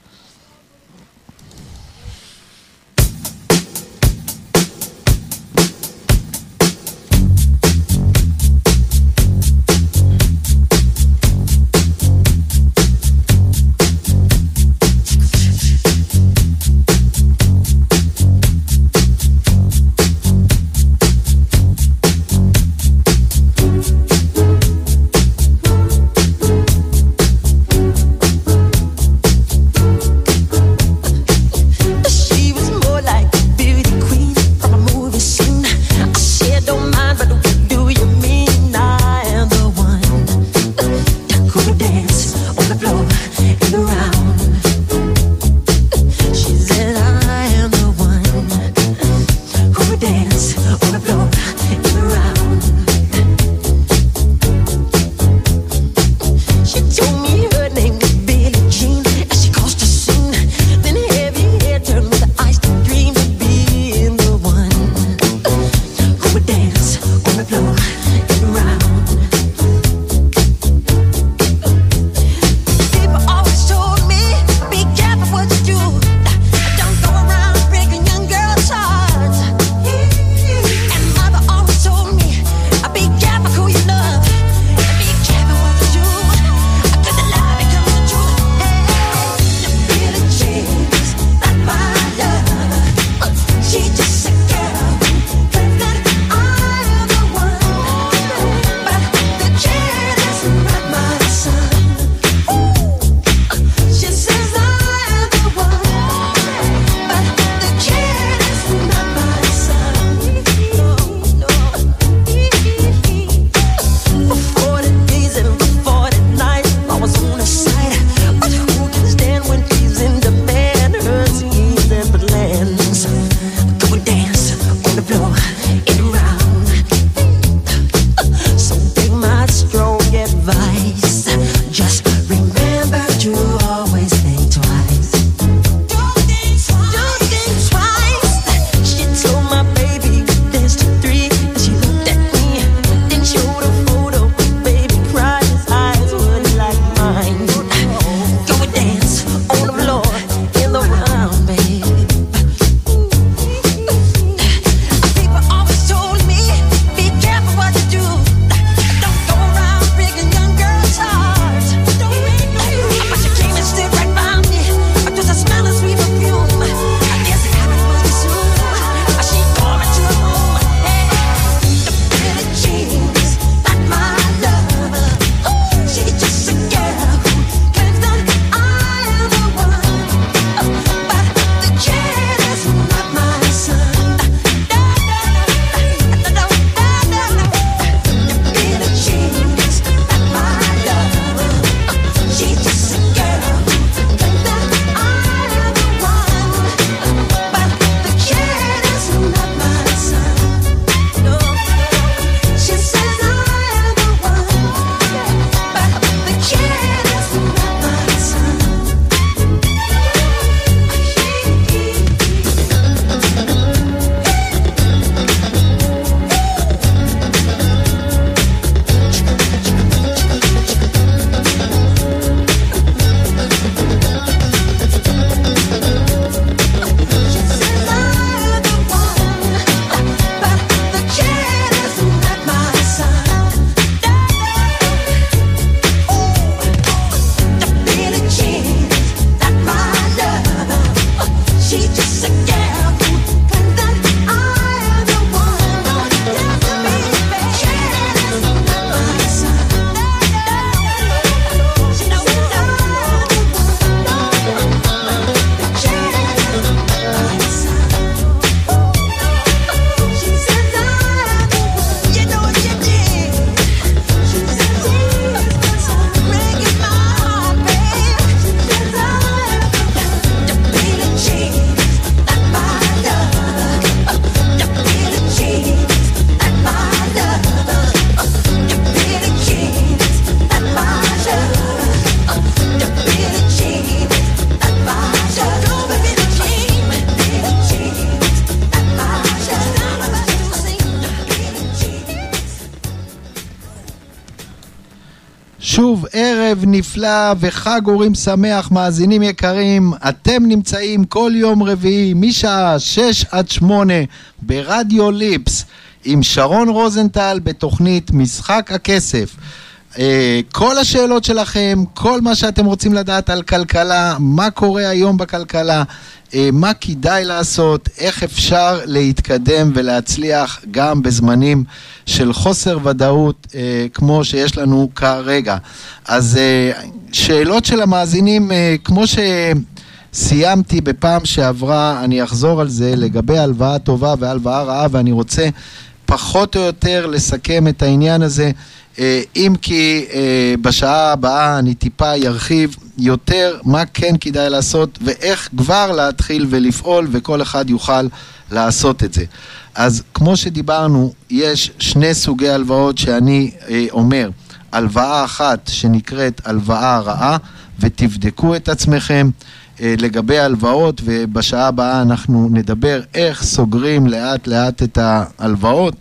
שוב, ערב נפלא וחג אורים שמח, מאזינים יקרים. אתם נמצאים כל יום רביעי משעה שש עד שמונה ברדיו ליפס עם שרון רוזנטל בתוכנית משחק הכסף. כל השאלות שלכם, כל מה שאתם רוצים לדעת על כלכלה, מה קורה היום בכלכלה, מה כדאי לעשות, איך אפשר להתקדם ולהצליח גם בזמנים של חוסר ודאות כמו שיש לנו כרגע. אז שאלות של המאזינים, כמו שסיימתי בפעם שעברה, אני אחזור על זה לגבי הלוואה טובה והלוואה רעה, ואני רוצה פחות או יותר לסכם את העניין הזה, אם כי בשעה הבאה אני טיפה ירחיב יותר מה כן כדאי לעשות ואיך כבר להתחיל ולפעול, וכל אחד יוכל לעשות את זה. אז כמו שדיברנו, יש שני סוגי הלוואות שאני אומר. הלוואה אחת שנקראת הלוואה רעה, ותבדקו את עצמכם לגבי הלוואות, ובשעה הבאה אנחנו נדבר איך סוגרים לאט לאט את ההלוואות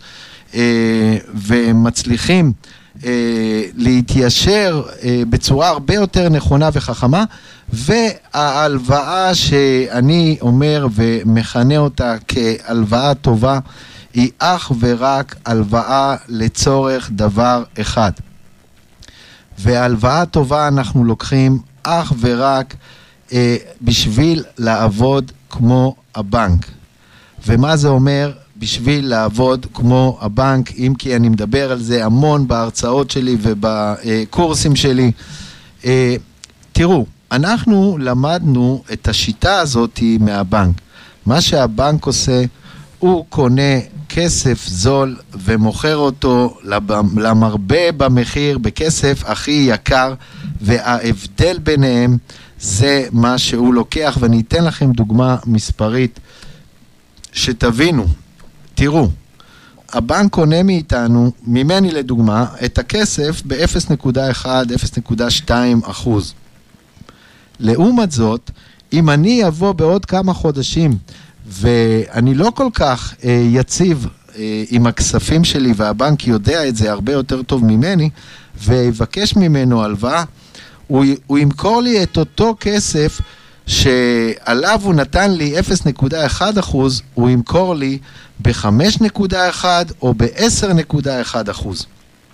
ומצליחים להתיישר בצורה הרבה יותר נכונה וחכמה. וההלוואה שאני אומר ומכנה אותה כהלוואה טובה היא אך ורק הלוואה לצורך דבר אחד. וההלוואה טובה אנחנו לוקחים אך ורק בשביל לעבוד כמו הבנק. ומה זה אומר? בשביל לעבוד כמו הבנק, אם כי אני מדבר על זה המון בהרצאות שלי ובקורסים שלי. תראו, אנחנו למדנו את השיטה הזאת מהבנק. מה שהבנק עושה, הוא קונה כסף זול ומוכר אותו למרבה במחיר בכסף הכי יקר, וההבדל ביניהם זה מה שהוא לוקח. ואני אתן לכם דוגמה מספרית שתבינו. תראו, הבנק קונה מאיתנו, ממני לדוגמה, את הכסף ב-אפס נקודה אחת עד אפס נקודה שתיים אחוז. לעומת זאת, אם אני אבוא בעוד כמה חודשים, ואני לא כל כך אה, יציב אה, עם הכספים שלי, והבנק יודע את זה הרבה יותר טוב ממני, ויבקש ממנו הלוואה, הוא, הוא ימכור לי את אותו כסף שעליו הוא נתן לי אפס נקודה אחת אחוז, הוא ימכור לי ב-חמש נקודה אחת או ב-עשר נקודה אחת אחוז.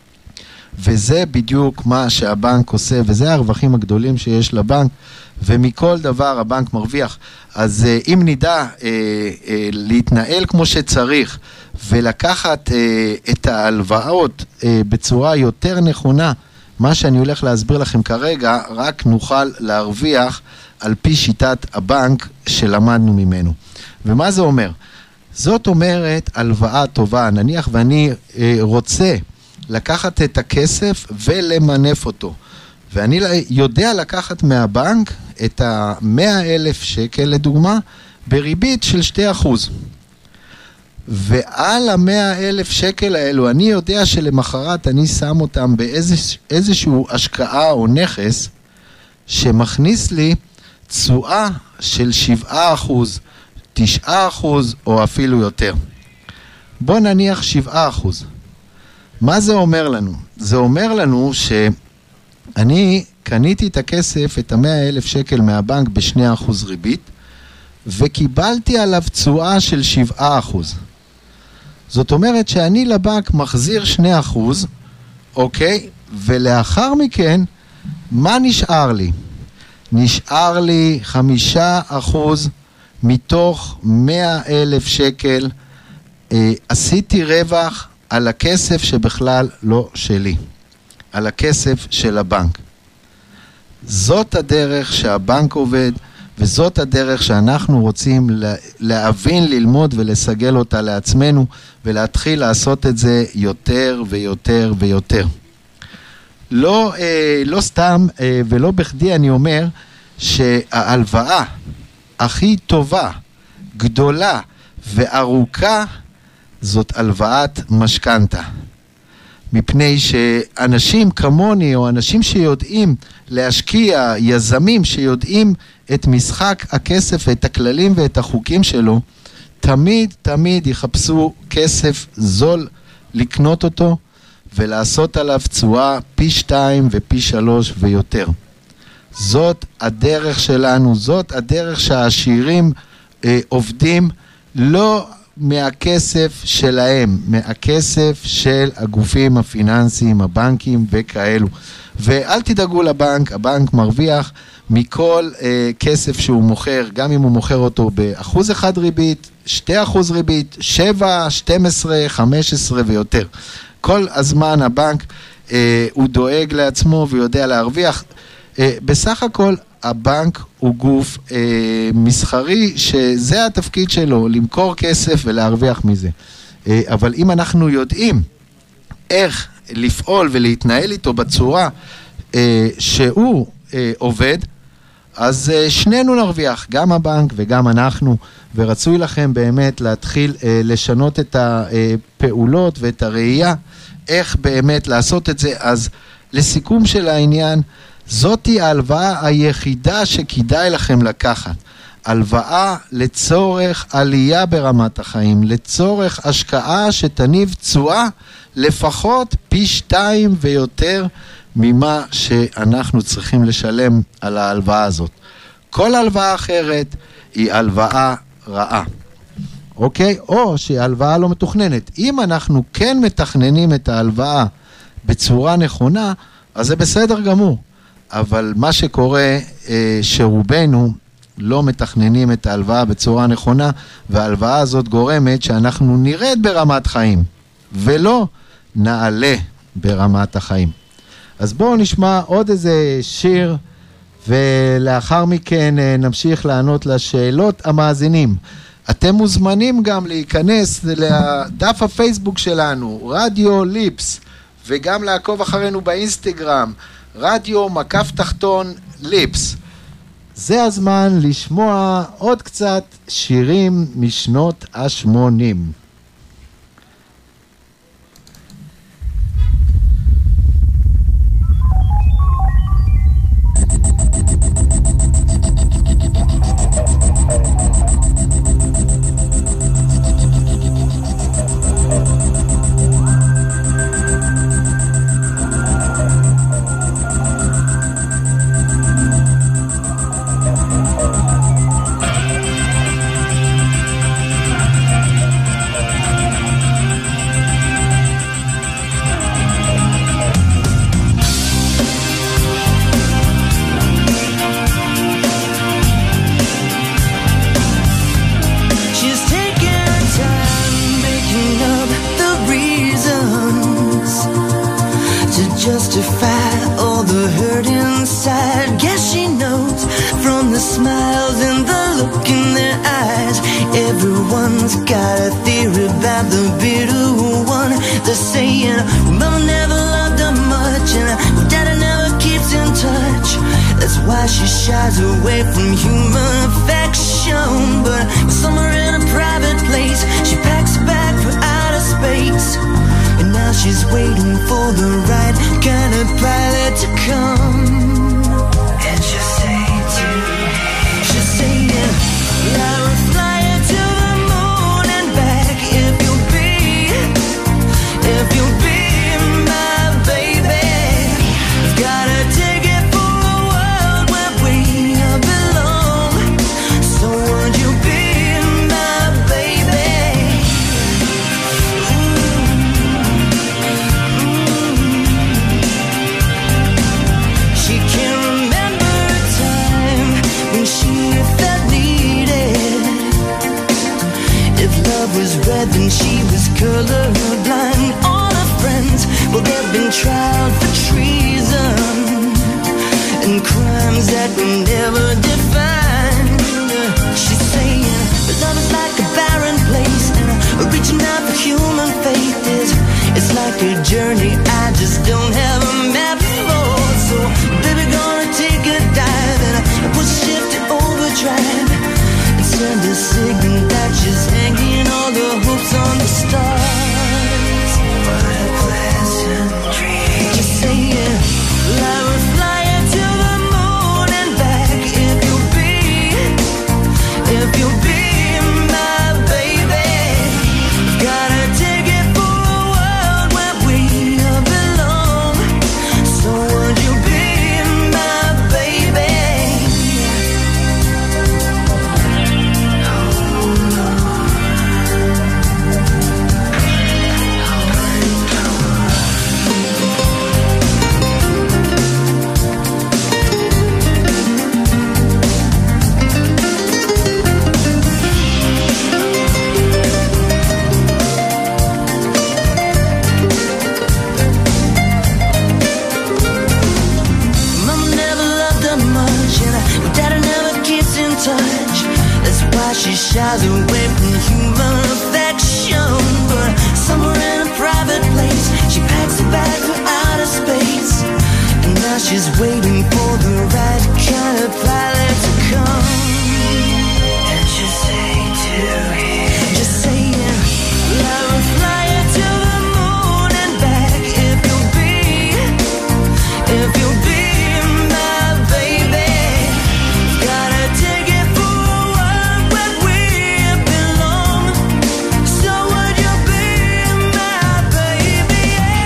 וזה בדיוק מה שהבנק עושה, וזה הרווחים הגדולים שיש לבנק, ומכל דבר הבנק מרוויח. אז אם נדע אה, אה, להתנהל כמו שצריך, ולקחת אה, את ההלוואות אה, בצורה יותר נכונה, מה שאני הולך להסביר לכם כרגע, רק נוכל להרוויח על פי שיטת הבנק שלמדנו ממנו. ומה זה אומר? זאת אומרת הלוואה טובה. נניח ואני אה, רוצה לקחת את הכסף ולמנף אותו, ואני יודע לקחת מהבנק את ה-מאה אלף שקל לדוגמה בריבית של שני אחוז, ועל ה-מאה אלף שקל האלו אני יודע שלמחרת אני שם אותם באיזשהו השקעה או נכס שמכניס לי תשואה של שבעה אחוז, תשעה אחוז או אפילו יותר. בוא נניח שבעה אחוז. מה זה אומר לנו? זה אומר לנו שאני קניתי את הכסף, את ה-מאה אלף שקל מהבנק ב-שני אחוז ריבית, וקיבלתי עליו תשואה של שבעה אחוז. זאת אומרת שאני לבנק מחזיר שני אחוז, אוקיי? ולאחר מכן, מה נשאר לי? נשאר לי חמישה אחוז מתוך מאה אלף שקל, אה, עשיתי רווח על הכסף שבכלל לא שלי, על הכסף של הבנק. זאת הדרך שהבנק עובד, וזאת הדרך שאנחנו רוצים להבין, ללמוד ולסגל אותה לעצמנו, ולהתחיל לעשות את זה יותר ויותר ויותר. לא, אה, לא סתם אה, ולא בכדי אני אומר שההלוואה הכי טובה, גדולה וארוכה, זאת הלוואת משכנתה. מפני שאנשים כמוני, או אנשים שיודעים להשקיע, יזמים שיודעים את משחק הכסף ואת הכללים ואת החוקים שלו, תמיד תמיד יחפשו כסף זול לקנות אותו, ולעשות עליו תשואה פי שתיים ופי שלוש ויותר. זאת הדרך שלנו, זאת הדרך שהעשירים אה, עובדים, לא מהכסף שלהם, מהכסף של הגופים הפיננסיים, הבנקים וכאלו. ואל תדאגו לבנק, הבנק מרוויח מכל אה, כסף שהוא מוכר, גם אם הוא מוכר אותו באחוז אחד ריבית, שתי אחוז ריבית, שבע, שתים עשרה, חמש עשרה ויותר. כל הזמן הבנק אה, הוא דואג לעצמו ויודע להרוויח. אה, בסך הכל הבנק הוא גוף אה, מסחרי שזה התפקיד שלו, למכור כסף ולהרוויח מזה. אה, אבל אם אנחנו יודעים איך לפעול ולהתנהל איתו בצורה אה, שהוא אה, עובד, אז אה, שנינו נרוויח, גם הבנק וגם אנחנו, ורצוי לכם באמת להתחיל אה, לשנות את הפעולות ואת הראייה, איך באמת לעשות את זה. אז לסיכום של העניין, זאתי ההלוואה היחידה שכדאי לכם לקחת. הלוואה לצורך עלייה ברמת החיים, לצורך השקעה שתניב תשואה לפחות פי שתיים ויותר ממה שאנחנו צריכים לשלם על ההלוואה הזאת. כל הלוואה אחרת היא הלוואה רעה. אוקיי? או שהיא הלוואה לא מתוכננת. אם אנחנו כן מתכננים את ההלוואה בצורה נכונה, אז זה בסדר גמור. אבל מה שקורה אה, שרובנו לא מתכננים את ההלוואה בצורה נכונה, וההלוואה הזאת גורמת שאנחנו נרד ברמת חיים, ולא נעלה ברמת החיים. אז בואו נשמע עוד איזה שיר, ולאחר מכן נמשיך לענות לשאלות המאזינים. אתם מוזמנים גם להיכנס לדף הפייסבוק שלנו, רדיו ליפס, וגם לעקוב אחרינו באינסטגרם, רדיו מקף תחתון ליפס. זה הזמן לשמוע עוד קצת שירים משנות השמונים. Gotta take it for a world where we are. shies away from human affection, but somewhere in a private place she packs a bag for outer space, and now she's waiting for the right kind of pilot to come. And just say to him, just say it, I will fly you to the moon and back if you'll be, if you'll be my baby. Gotta take it for a while where we belong. So would you be my baby?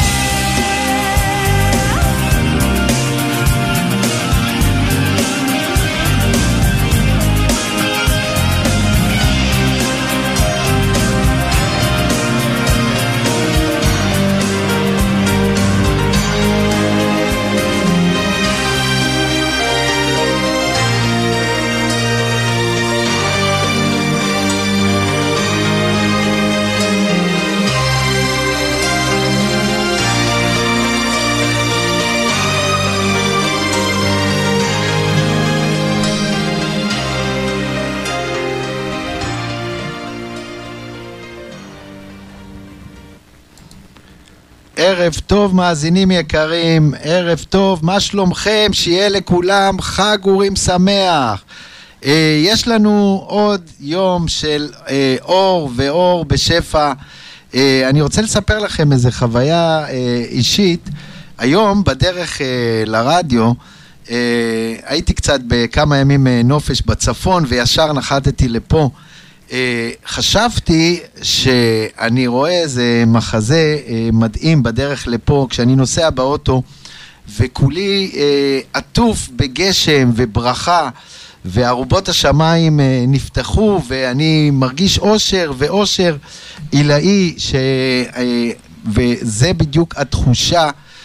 ערב טוב מאזינים יקרים, ערב טוב, מה שלומכם? שיהיה לכולם חג אורים שמח. אה, יש לנו עוד יום של אה, אור ואור בשפע. אה, אני רוצה לספר לכם איזו חוויה אה, אישית. היום בדרך אה, לרדיו אה, הייתי קצת בכמה ימים אה, נופש בצפון וישר נחתתי לפה. Uh, חשבתי שאני רואה איזה מחזה uh, מדהים בדרך לפה כשאני נוסע באוטו וכולי uh, עטוף בגשם וברכה וערובות השמיים uh, נפתחו ואני מרגיש אושר ואושר עילאי ש... uh, וזה בדיוק התחושה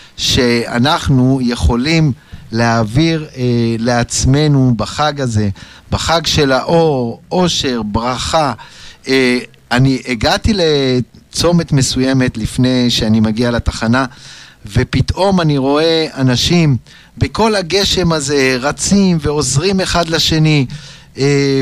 שאנחנו יכולים להעביר אה, לעצמנו בחג הזה, בחג של האור, אושר, ברכה. אה, אני הגעתי לצומת מסוימת לפני שאני מגיע לתחנה, ופתאום אני רואה אנשים בכל הגשם הזה רצים ועוזרים אחד לשני, אה,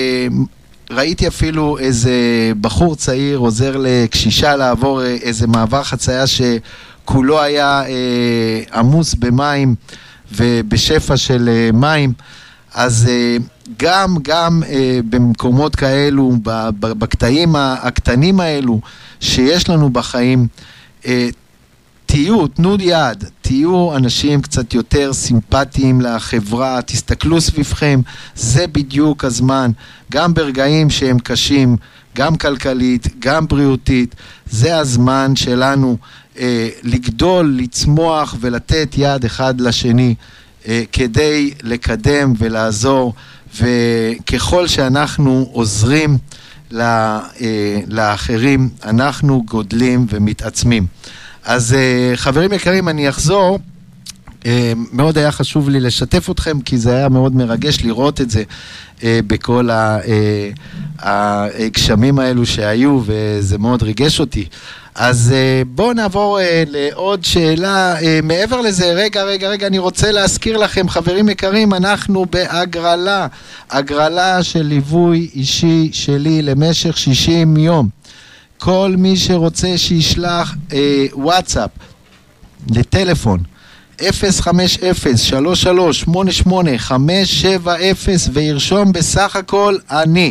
וראיתי אפילו איזה בחור צעיר עוזר לקשישה לעבור איזה מעבר חצייה שכולו היה אה, עמוס במים, ובשפע של uh, מים. אז uh, גם גם uh, במקומות כאלו, בקטעים הקטנים האלו שיש לנו בחיים, uh, תהיו, תנו יד, תהיו אנשים קצת יותר סימפטיים לחברה, תסתכלו סביבכם, זה בדיוק הזמן, גם ברגעים שהם קשים, גם כלכלית, גם בריאותית, זה הזמן שלנו אה, לגדול, לצמוח ולתת יד אחד לשני אה, כדי לקדם ולעזור, וככל שאנחנו עוזרים לה, אה, לאחרים, אנחנו גודלים ומתעצמים. אז אה, חברים יקרים, אני אחזור. אה, מאוד היה חשוב לי לשתף אתכם, כי זה היה מאוד מרגש לראות את זה אה, בכל ה, אה, הגשמים האלו שהיו, וזה מאוד ריגש אותי. אז uh, בואו נעבור uh, לעוד שאלה. Uh, מעבר לזה, רגע, רגע, רגע, אני רוצה להזכיר לכם, חברים יקרים, אנחנו בהגרלה, הגרלה של ליווי אישי שלי למשך שישים יום. כל מי שרוצה שישלח uh, וואטסאפ לטלפון אפס חמש אפס שלוש שלוש שמונה שמונה חמש שבע אפס וירשום בסך הכל אני.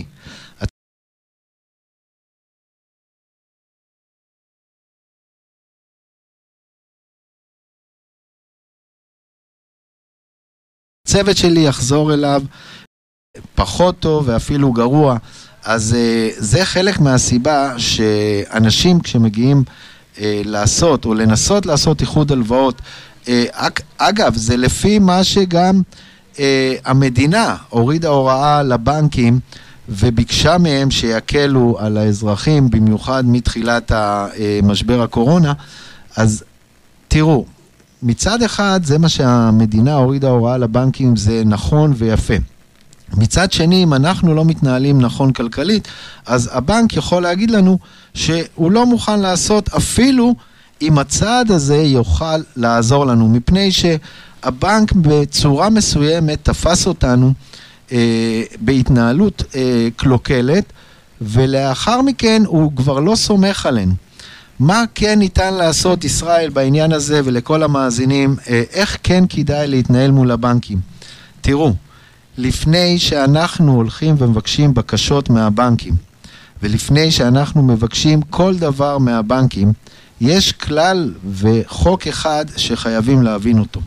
הצוות שלי יחזור אליו פחות טוב ואפילו גרוע. אז uh, זה חלק מהסיבה שאנשים כשמגיעים uh, לעשות או לנסות לעשות איחוד הלוואות, uh, אגב זה לפי מה שגם uh, המדינה הורידה הוראה לבנקים וביקשה מהם שיקלו על האזרחים, במיוחד מתחילת משבר הקורונה. אז תראו, מצד אחד זה מה שהמדינה הורידה הוראה לבנקים, זה נכון ויפה. מצד שני, אם אנחנו לא מתנהלים נכון כלכלית, אז הבנק יכול להגיד לנו שהוא לא מוכן לעשות, אפילו אם הצעד הזה יוכל לעזור לנו, מפני שהבנק בצורה מסוימת תפס אותנו אה, בהתנהלות אה, קלוקלת, ולאחר מכן הוא כבר לא סומך עלינו. מה כן ניתן לעשות, ישראל, בעניין הזה, ולכל המאזינים, אה, איך כן כדאי להתנהל מול הבנקים? תראו, לפני שאנחנו הולכים ומבקשים בקשות מהבנקים, ולפני שאנחנו מבקשים כל דבר מהבנקים, יש כלל וחוק אחד שחייבים להבין אותו.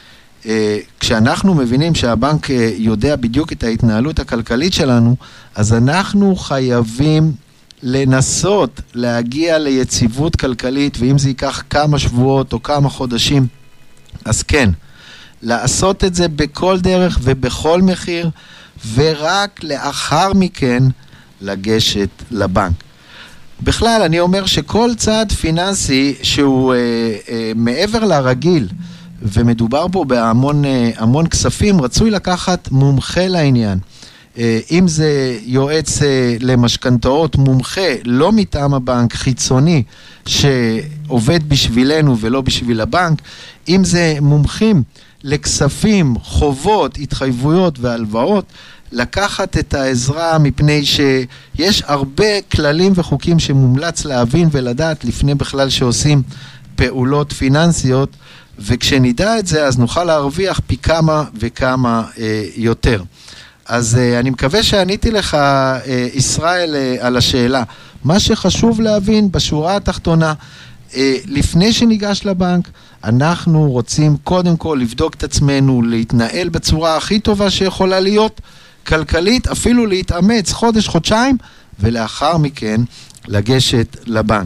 כשאנחנו מבינים שהבנק יודע בדיוק את ההתנהלות הכלכלית שלנו, אז אנחנו חייבים לנסות להגיע ליציבות כלכלית, ואם זה ייקח כמה שבועות או כמה חודשים, אז כן, לעשות את זה בכל דרך ובכל מחיר, ורק לאחר מכן לגשת לבנק. בכלל, אני אומר שכל צעד פיננסי שהוא אה, אה, מעבר לרגיל, ומדובר בו בהמון אה, המון כספים, רצוי לקחת מומחה לעניין. אה, אם זה יועץ אה, למשכנתאות, מומחה, לא מטעם הבנק, חיצוני, שעובד בשבילנו ולא בשביל הבנק, אם זה מומחים לכספים, חובות, התחייבויות והלוואות, לקחת את העזרה, מפני שיש הרבה כללים וחוקים שמומלץ להבין ולדעת לפני בכלל שעושים פעולות פיננסיות, וכשנדע את זה אז נוכל להרוויח פי כמה וכמה אה, יותר. אז אה, אני מקווה שעניתי לך, אה, ישראל, אה, על השאלה. מה שחשוב להבין בשורה התחתונה, אה, לפני שניגש לבנק, אנחנו רוצים קודם כל לבדוק את עצמנו, להתנהל בצורה הכי טובה שיכולה להיות, כלכלית, אפילו להתאמץ חודש, חודשיים, ולאחר מכן לגשת לבנק.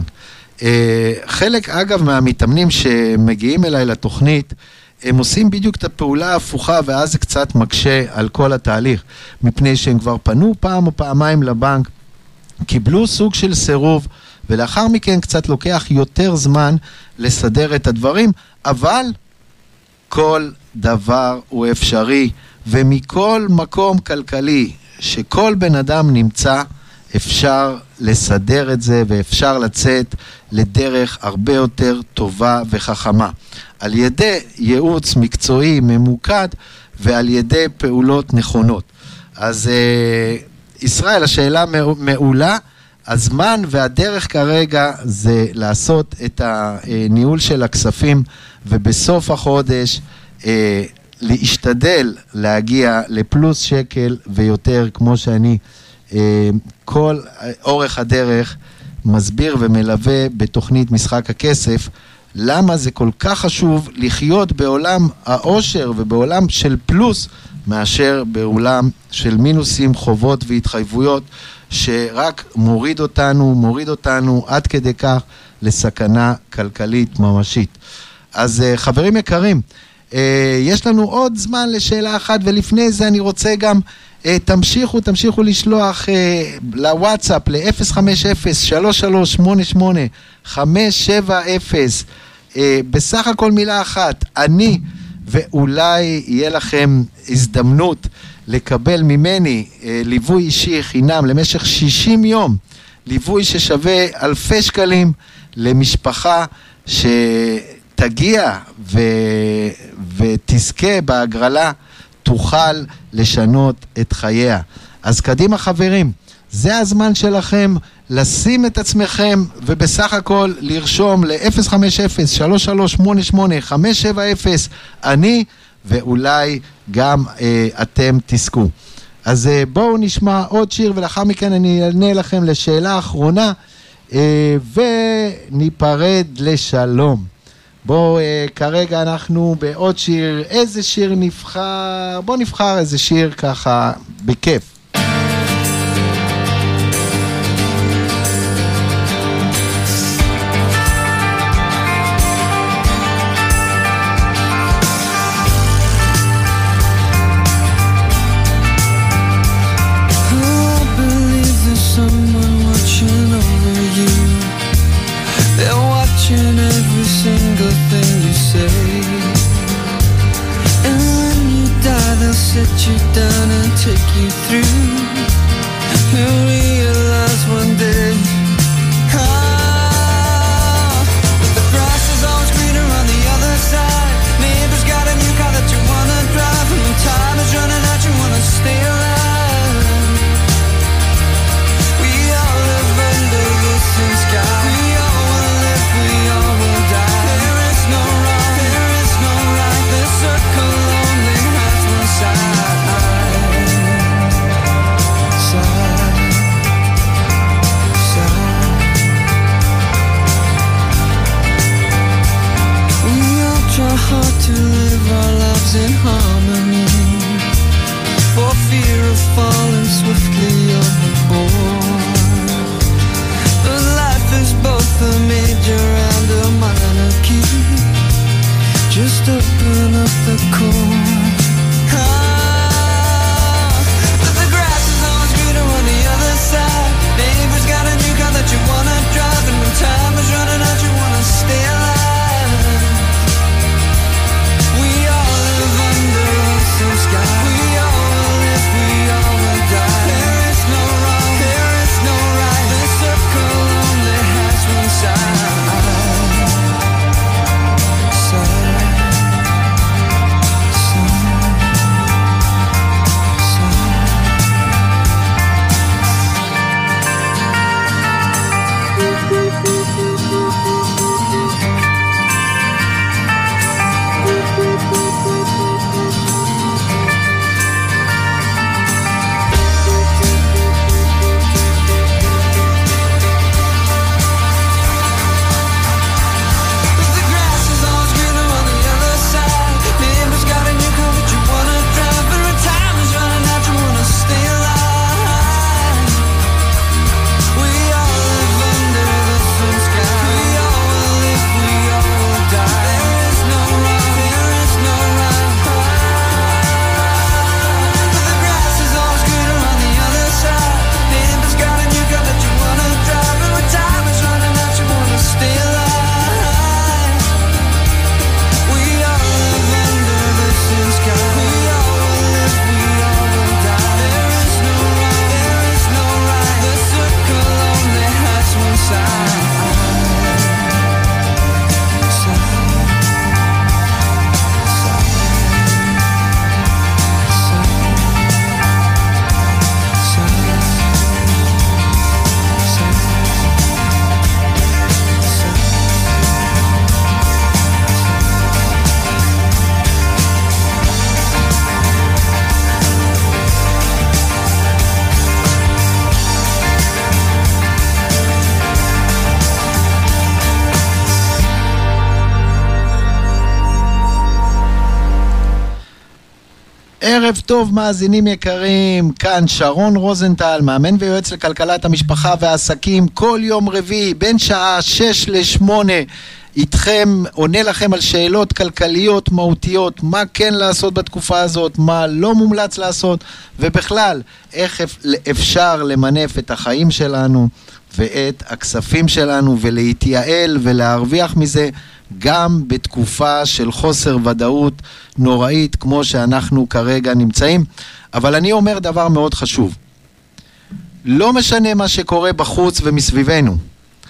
חלק, אגב, מהמתאמנים שמגיעים אליי לתוכנית, הם עושים בדיוק את הפעולה ההפוכה, ואז זה קצת מקשה על כל התהליך, מפני שהם כבר פנו פעם או פעמיים לבנק, קיבלו סוג של סירוב, ולאחר מכן קצת לוקח יותר זמן לסדר את הדברים, אבל כל דבר הוא אפשרי, ומכל מקום כלכלי שכל בן אדם נמצא, אפשר לסדר את זה, ואפשר לצאת לדרך הרבה יותר טובה וחכמה. על ידי ייעוץ מקצועי ממוקד, ועל ידי פעולות נכונות. אז ישראל, השאלה מעולה, הזמן והדרך כרגע זה לעשות את הניהול של הכספים, ובסוף החודש להשתדל להגיע לפלוס שקל ויותר, כמו שאני כל אורך הדרך מסביר ומלווה בתוכנית משחק הכסף, למה זה כל כך חשוב לחיות בעולם העושר ובעולם של פלוס, מאשר בעולם של מינוסים, חובות והתחייבויות, שרק מוריד אותנו, מוריד אותנו עד כדי כך לסכנה כלכלית ממשית. אז חברים יקרים, יש לנו עוד זמן לשאלה אחת, ולפני זה אני רוצה גם, תמשיכו, תמשיכו לשלוח לוואטסאפ ל-אפס חמש אפס שלוש שלוש שמונה שמונה חמש שבע אפס, בסך הכל מילה אחת, אני, ואולי יהיה לכם הזדמנות לקבל ממני ליווי אישי חינם למשך שישים יום, ליווי ששווה אלפי שקלים למשפחה שתגיע ו... ותזכה בהגרלה, תוכל לשנות את חייה. אז קדימה חברים, זה הזמן שלכם לשים את עצמכם, ובסך הכל לרשום ל-אפס חמש אפס שלוש שלוש שמונה שמונה חמש שבע אפס, אני, ואולי גם אה, אתם תזכו. אז אה, בואו נשמע עוד שיר, ולאחר מכן אני אענה לכם לשאלה האחרונה, אה, וניפרד לשלום. בואו, אה, כרגע אנחנו בעוד שיר, איזה שיר נבחר? בואו נבחר איזה שיר ככה בכיף. Sit you down and take you through. You'll realize one day, ah, that the grass is always greener on the other side. Neighbor's got a new car that you wanna drive, and when time is running out, you wanna stay alive. stirring up the cold. Ah, but the grass is always greener on the other side. Neighbor's got a new car that you wanna drive, and when time is running out, you wanna stay alive. We all live under some sky. We all will live, we all will die. There is no wrong, there is no right. The circle only has one side. ערב טוב מאזינים יקרים, כאן שרון רוזנטל, מאמן ויועץ לכלכלת המשפחה והעסקים, כל יום רביעי בין שעה שש לשמונה איתכם, עונה לכם על שאלות כלכליות מהותיות, מה כן לעשות בתקופה הזאת, מה לא מומלץ לעשות, ובכלל איך אפשר למנף את החיים שלנו ואת הכספים שלנו ולהתייעל ולהרוויח מזה גם בתקופה של חוסר ודאות נוראית כמו שאנחנו כרגע נמצאים. אבל אני אומר דבר מאוד חשוב, לא משנה מה שקורה בחוץ ומסביבנו,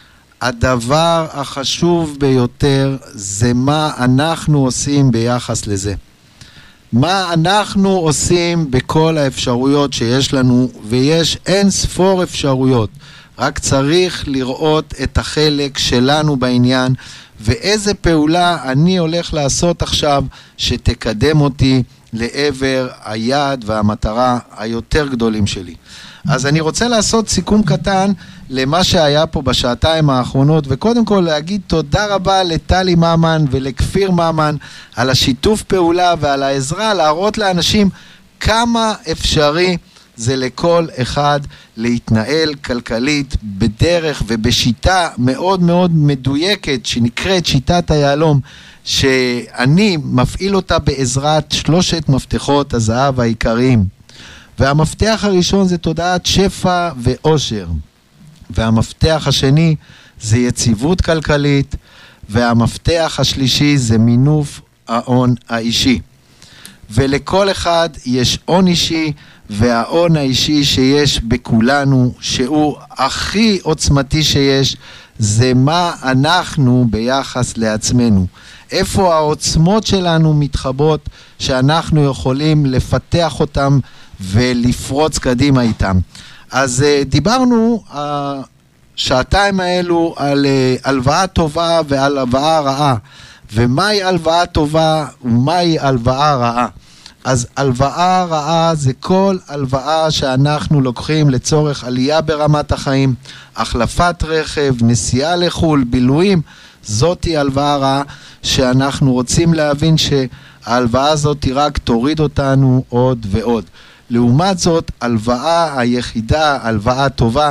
הדבר החשוב ביותר זה מה אנחנו עושים ביחס לזה. מה אנחנו עושים בכל האפשרויות שיש לנו, ויש אין ספור אפשרויות, רק צריך לראות את החלק שלנו בעניין, ואיזה פעולה אני הולך לעשות עכשיו שתקדם אותי לעבר היעד והמטרה היותר גדולים שלי. אז אני רוצה לעשות סיכום קטן למה שהיה פה בשעתיים האחרונות, וקודם כל להגיד תודה רבה לטלי ממן ולכפיר ממן על השיתוף פעולה ועל העזרה להראות לאנשים כמה אפשרי זה לכל אחד להתנהל כלכלית בדרך ובשיטה מאוד מאוד מדויקת שנקראת שיטת היעלום, שאני מפעיל אותה בעזרת שלושת מפתחות הזהב העיקריים. והמפתח הראשון זה תודעת שפע ואושר, והמפתח השני זה יציבות כלכלית, והמפתח השלישי זה מינוף ההון האישי. ולכל אחד יש הון אישי, וההון האישי שיש בכולנו, שהוא הכי עוצמתי שיש, זה מה אנחנו ביחס לעצמנו. איפה העוצמות שלנו מתחבות שאנחנו יכולים לפתח אותם ולפרוץ קדימה איתם. אז דיברנו השעתיים האלו על הלוואה טובה ועל הלוואה רעה, ומהי הלוואה טובה ומהי הלוואה רעה. אז הלוואה רעה זה כל הלוואה שאנחנו לוקחים לצורך עלייה ברמת החיים, החלפת רכב, נסיעה לחול, בילויים, זאתי הלוואה רעה שאנחנו רוצים להבין שההלוואה הזאת רק תוריד אותנו עוד ועוד. לעומת זאת, הלוואה היחידה, הלוואה טובה,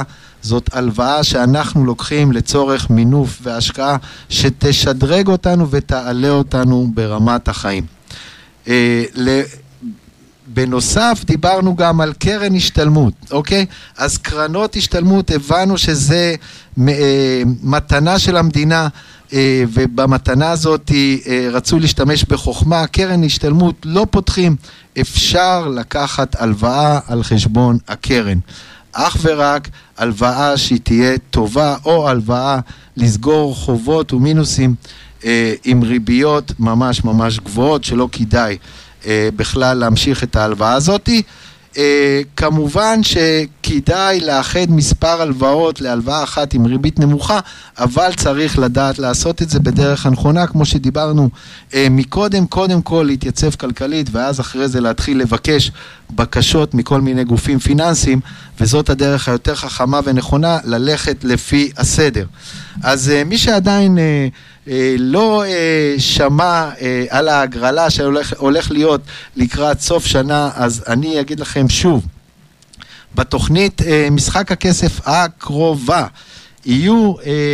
זאת הלוואה שאנחנו לוקחים לצורך מינוף והשקעה שתשדרג אותנו ותעלה אותנו ברמת החיים. בנוסף דיברנו גם על קרן השתלמות, אוקיי? אז קרנות השתלמות הבנו שזה מתנה של המדינה, ובמתנה הזאת רצו להשתמש בחוכמה. קרן השתלמות לא פותחים, אפשר לקחת הלוואה על חשבון הקרן, אך ורק הלוואה שהיא תהיה טובה, או הלוואה לסגור חובות ומינוסים עם ריביות ממש ממש גבוהות, שלא כדאי בכלל להמשיך את ההלוואה הזאת. כמובן שכדאי לאחד מספר הלוואות להלוואה אחת עם ריבית נמוכה, אבל צריך לדעת לעשות את זה בדרך הנכונה, כמו שדיברנו מקודם. קודם כל להתייצב כלכלית, ואז אחרי זה להתחיל לבקש בקשות מכל מיני גופים פיננסיים, וזאת הדרך היותר חכמה ונכונה, ללכת לפי הסדר. אז מי שעדיין לא שמע על ההגרלה שהולך להיות לקראת סוף שנה, אז אני אגיד לכם שוב, בתוכנית משחק הכסף הקרובה יהיו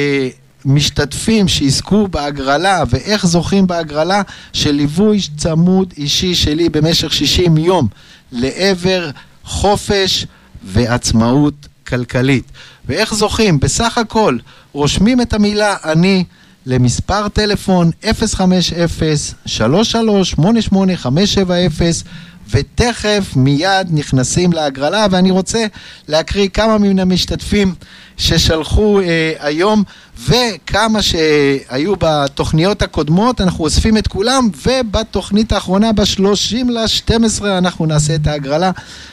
משתתפים שיזכו בהגרלה, ואיך זוכים בהגרלה, של ליווי צמוד אישי שלי במשך שישים יום לעבר חופש ועצמאות כלכלית. ואיך זוכים? בסך הכל רושמים את המילה אני למספר טלפון אפס חמש אפס שלוש שלוש שמונה שמונה חמש שבע אפס, ותכף מיד נכנסים להגרלה. ואני רוצה להקריא כמה מן המשתתפים ששלחו אה, היום, וכמה שהיו בתוכניות הקודמות. אנחנו אוספים את כולם, ובתוכנית האחרונה ב-שלושים לשתים עשרה אנחנו נעשה את ההגרלה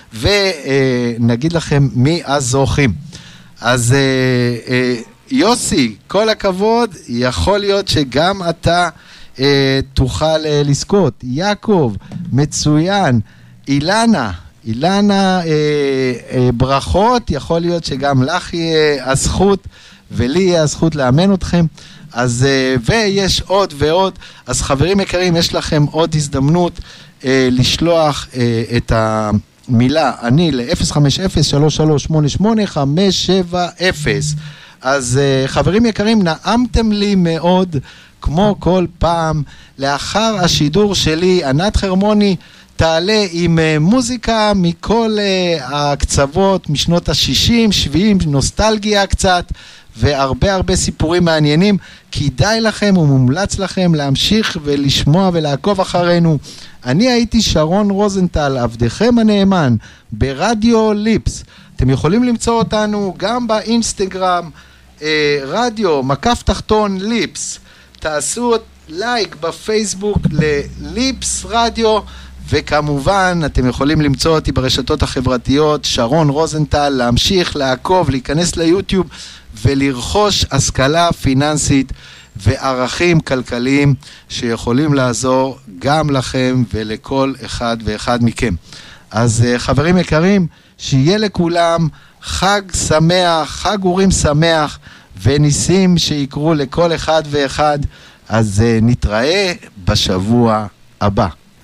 ונגיד לכם מי הזוכים. אז אה, אה, יוסי, כל הכבוד, יכול להיות שגם אתה אה, תוכל אה, לזכות. יעקב, מצוין. אילנה, אילנה, אה, אה, ברכות, יכול להיות שגם לך יהיה הזכות ולי יהיה הזכות לאמן אתכם. אז אה, ויש עוד ועוד. אז חברים יקרים, יש לכם עוד הזדמנות אה, לשלוח אה, את ה... מילה אני ל-אפס חמש אפס שלוש שלוש שמונה שמונה חמש שבע אפס. אז uh, חברים יקרים, נעמתם לי מאוד כמו כל פעם. לאחר השידור שלי ענת חרמוני תעלה עם uh, מוזיקה מכל uh, הקצוות, משנות ה-שישים, שבעים, נוסטלגיה קצת, והרבה הרבה סיפורים מעניינים. כדאי לכם ומומלץ לכם להמשיך ולשמוע ולעקוב אחרינו. אני הייתי שרון רוזנטל, עבדכם הנאמן, ברדיו ליפס. אתם יכולים למצוא אותנו גם באינסטגרם, אה, רדיו, מקף תחתון ליפס. תעשו לייק בפייסבוק לליפס רדיו, וכמובן אתם יכולים למצוא אותי ברשתות החברתיות, שרון רוזנטל, להמשיך, לעקוב, להיכנס ליוטיוב ולרכוש השכלה פיננסית וערכים כלכליים שיכולים לעזור גם לכם ולכל אחד ואחד מכם. אז חברים יקרים, שיהיה לכולם חג שמח, חג אורים שמח, וניסים שיקרו לכל אחד ואחד. אז נתראה בשבוע הבא.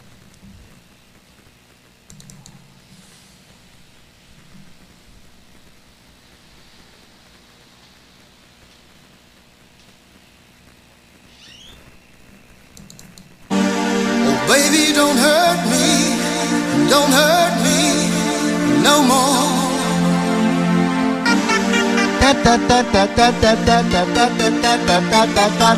Baby, don't hurt me, don't hurt me no more. Ta ta ta ta ta ta ta ta ta ta ta ta ta